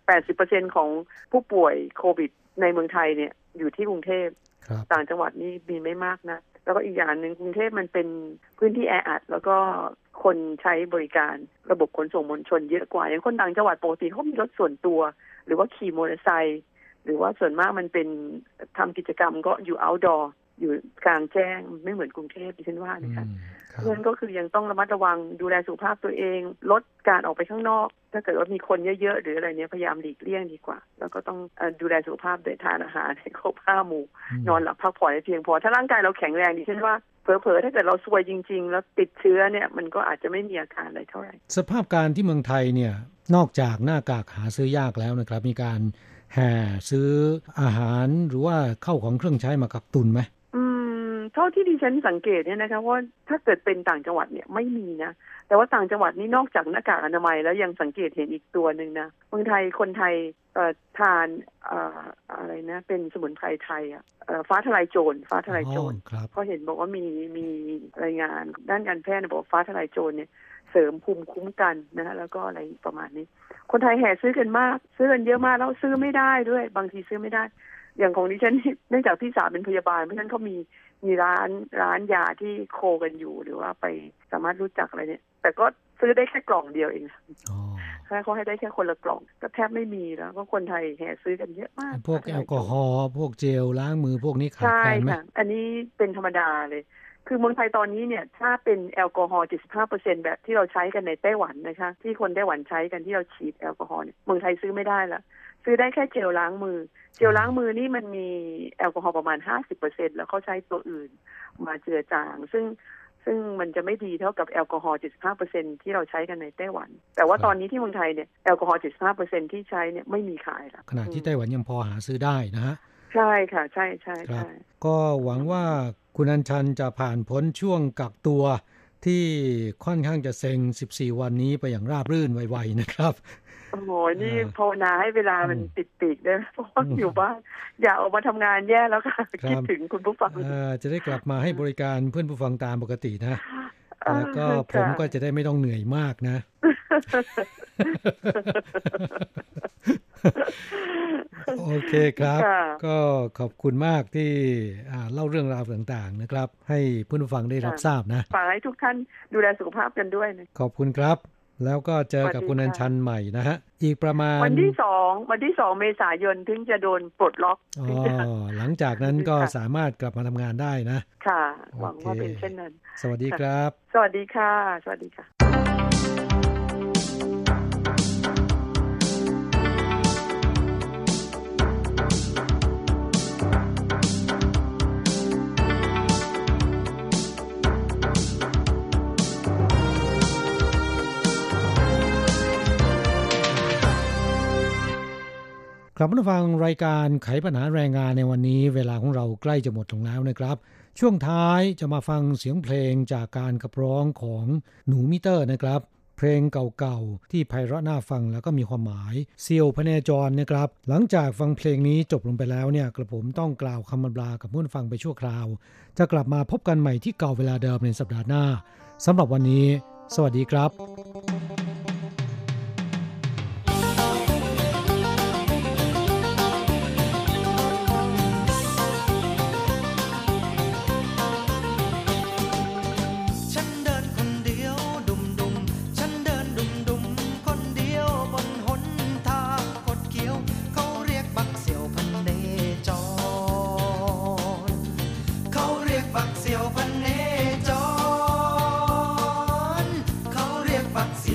80% ของผู้ป่วยโควิดในเมืองไทยเนี่ยอยู่ที่กรุงเทพต่างจังหวัดนี่มีไม่มากนะแล้วก็อีกอย่างนึงกรุงเทพมันเป็นพื้นที่แออัดแล้วก็คนใช้บริการระบบขนส่งมวลชนเยอะกว่าอย่างคนต่างจังหวัดปกติเขามีรถส่วนตัวหรือว่าขี่มอเตอร์ไซค์หรือว่าส่วนมากมันเป็นทำกิจกรรมก็อยู่ outdoor อยู่กลางแจ้งไม่เหมือนกรุงเทพดิฉันว่านะคะเพราะฉะนั้นก็คือยังต้องระมัดระวังดูแลสุขภาพตัวเองลดการออกไปข้างนอกถ้าเกิดว่ามีคนเยอะๆหรืออะไรเนี้ยพยายามหลีกเลี่ยงดีกว่าแล้วก็ต้องดูแลสุขภาพโดยทานอาหารให้ครบ5 หมู่นอนหลับพักผ่อนให้เพียงพอถ้าร่างกายเราแข็งแรงดิฉันว่าเผลอๆถ้าเกิดเราซวยจริงๆแล้วติดเชื้อเนี่ยมันก็อาจจะไม่มีอาการอะไรเท่าไหร่สภาพการที่เมืองไทยเนี่ยนอกจากหน้ากากหาซื้อยากแล้วนะครับมีการแห่ซื้ออาหารหรือว่าเข้าของเครื่องใช้มากักตุนไหมเท่าที่ดิฉันสังเกตเนี่ยนะคะว่าถ้าเกิดเป็นต่างจังหวัดเนี่ยไม่มีนะแต่ว่าต่างจังหวัดนี่นอกจากหน้ากากอนามัยแล้วยังสังเกตเห็นอีกตัวนึงนะเมืองไทยคนไทยทานอะไรนะเป็นสมุนไพรไทยฟ้าทลายโจรเขาเห็นบอกว่ามีรายงานด้านการแพทย์บอกว่าฟ้าทลายโจรเนี่ยเสริมภูมิคุ้มกันนะแล้วก็อะไรประมาณนี้คนไทยแห่ซื้อกันมากซื้อกันเยอะมากแล้วซื้อไม่ได้ด้วยบางทีซื้อไม่ได้อย่างของดิฉันเนื่องจากพี่สาวเป็นพยาบาลเพราะฉะนั้นเขามีร้านยาที่โคกันอยู่หรือว่าไปสามารถรู้จักอะไรเนี่ยแต่ก็ซื้อได้แค่กล่องเดียวเองเขาให้ได้แค่คนละกล่องก็แทบไม่มีแล้วก็คนไทยแห่ซื้อกันเยอะมากพวกแอลกอฮอล์พวกเจลล้างมือพวกนี้ขาดแคลนไหมอันนี้เป็นธรรมดาเลยคือเมืองไทยตอนนี้เนี่ยถ้าเป็นแอลกอฮอล์ 75% แบบที่เราใช้กันในไต้หวันนะคะที่คนไต้หวันใช้กันที่เราฉีดแอลกอฮอล์เนี่ยเมืองไทยซื้อไม่ได้ละซื้อได้แค่เจลล้างมือนี่มันมีแอลกอฮอล์ประมาณ 50% แล้วเขาใช้ตัวอื่นมาเจือจางซึ่งมันจะไม่ดีเท่ากับแอลกอฮอล์ 75% ที่เราใช้กันในไต้หวันแต่ว่าตอนนี้ที่เมืองไทยเนี่ยแอลกอฮอล์ 75% ที่ใช้เนี่ยไม่มีขายแล้วขณะที่ไต้หวันยังพอหาซื้อได้นะฮะใช่ค่ะใช่ก็หวังว่าคุณอัญชันจะผ่านพ้นช่วงกักตัวที่ค่อนข้างจะเซ็ง14วันนี้ไปอย่างราบรื่นไวๆนะครับโอ้โหนี่ภาวนาให้เวลามันติดปีกได้เพราะว่าอยู่บ้านอยากออกมาทำงานแย่แล้วค่ะคิดถึงคุณผู้ฟังจะได้กลับมาให้บริการเพื่อนผู้ฟังตามปกตินะแล้วก็ผมก็จะได้ไม่ต้องเหนื่อยมากนะโอเคครับก็ขอบคุณมากที่เล่าเรื่องราวต่างๆนะครับให้เพื่อนผู้ฟังได้รับทราบนะฝากให้ทุกท่านดูแลสุขภาพกันด้วยนะขอบคุณครับแล้วก็เจอกับคุณอัญชันใหม่นะฮะอีกประมาณวันที่2เมษายนถึงจะโดนปลดล็อกหลังจากนั้นก็สามารถกลับมาทำงานได้นะค่ะหวังว่าเป็นเช่นนั้นสวัสดีครับสวัสดีค่ะสวัสดีค่ะกลับมาฟังรายการไขปัญหาแรงงานในวันนี้เวลาของเราใกล้จะหมดลงแล้วนะครับช่วงท้ายจะมาฟังเสียงเพลงจากการขับร้องของหนูมิเตอร์นะครับเพลงเก่าๆที่ไพเราะน่าฟังแล้วก็มีความหมายเซียวพเนจรนะครับหลังจากฟังเพลงนี้จบลงไปแล้วเนี่ยกระผมต้องกล่าวคำบรรลากับผู้ฟังไปชั่วคราวจะกลับมาพบกันใหม่ที่เก่าเวลาเดิมในสัปดาห์หน้าสำหรับวันนี้สวัสดีครับบักเ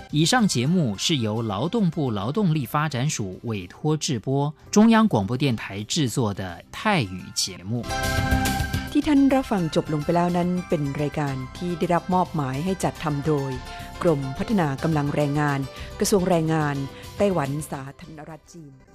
以上节目是由劳动部劳动力发展署委托制播，中央广播电台制作的泰语节目。 ที่ท่านรับฟังจบลงไปแล้วนั้นเป็นรายการที่ได้รับมอบหมายให้จัดทำโดยกรมพัฒนากำลังแรงงานกระทรวงแรงงานไต้หวันสาธารณรัฐจีน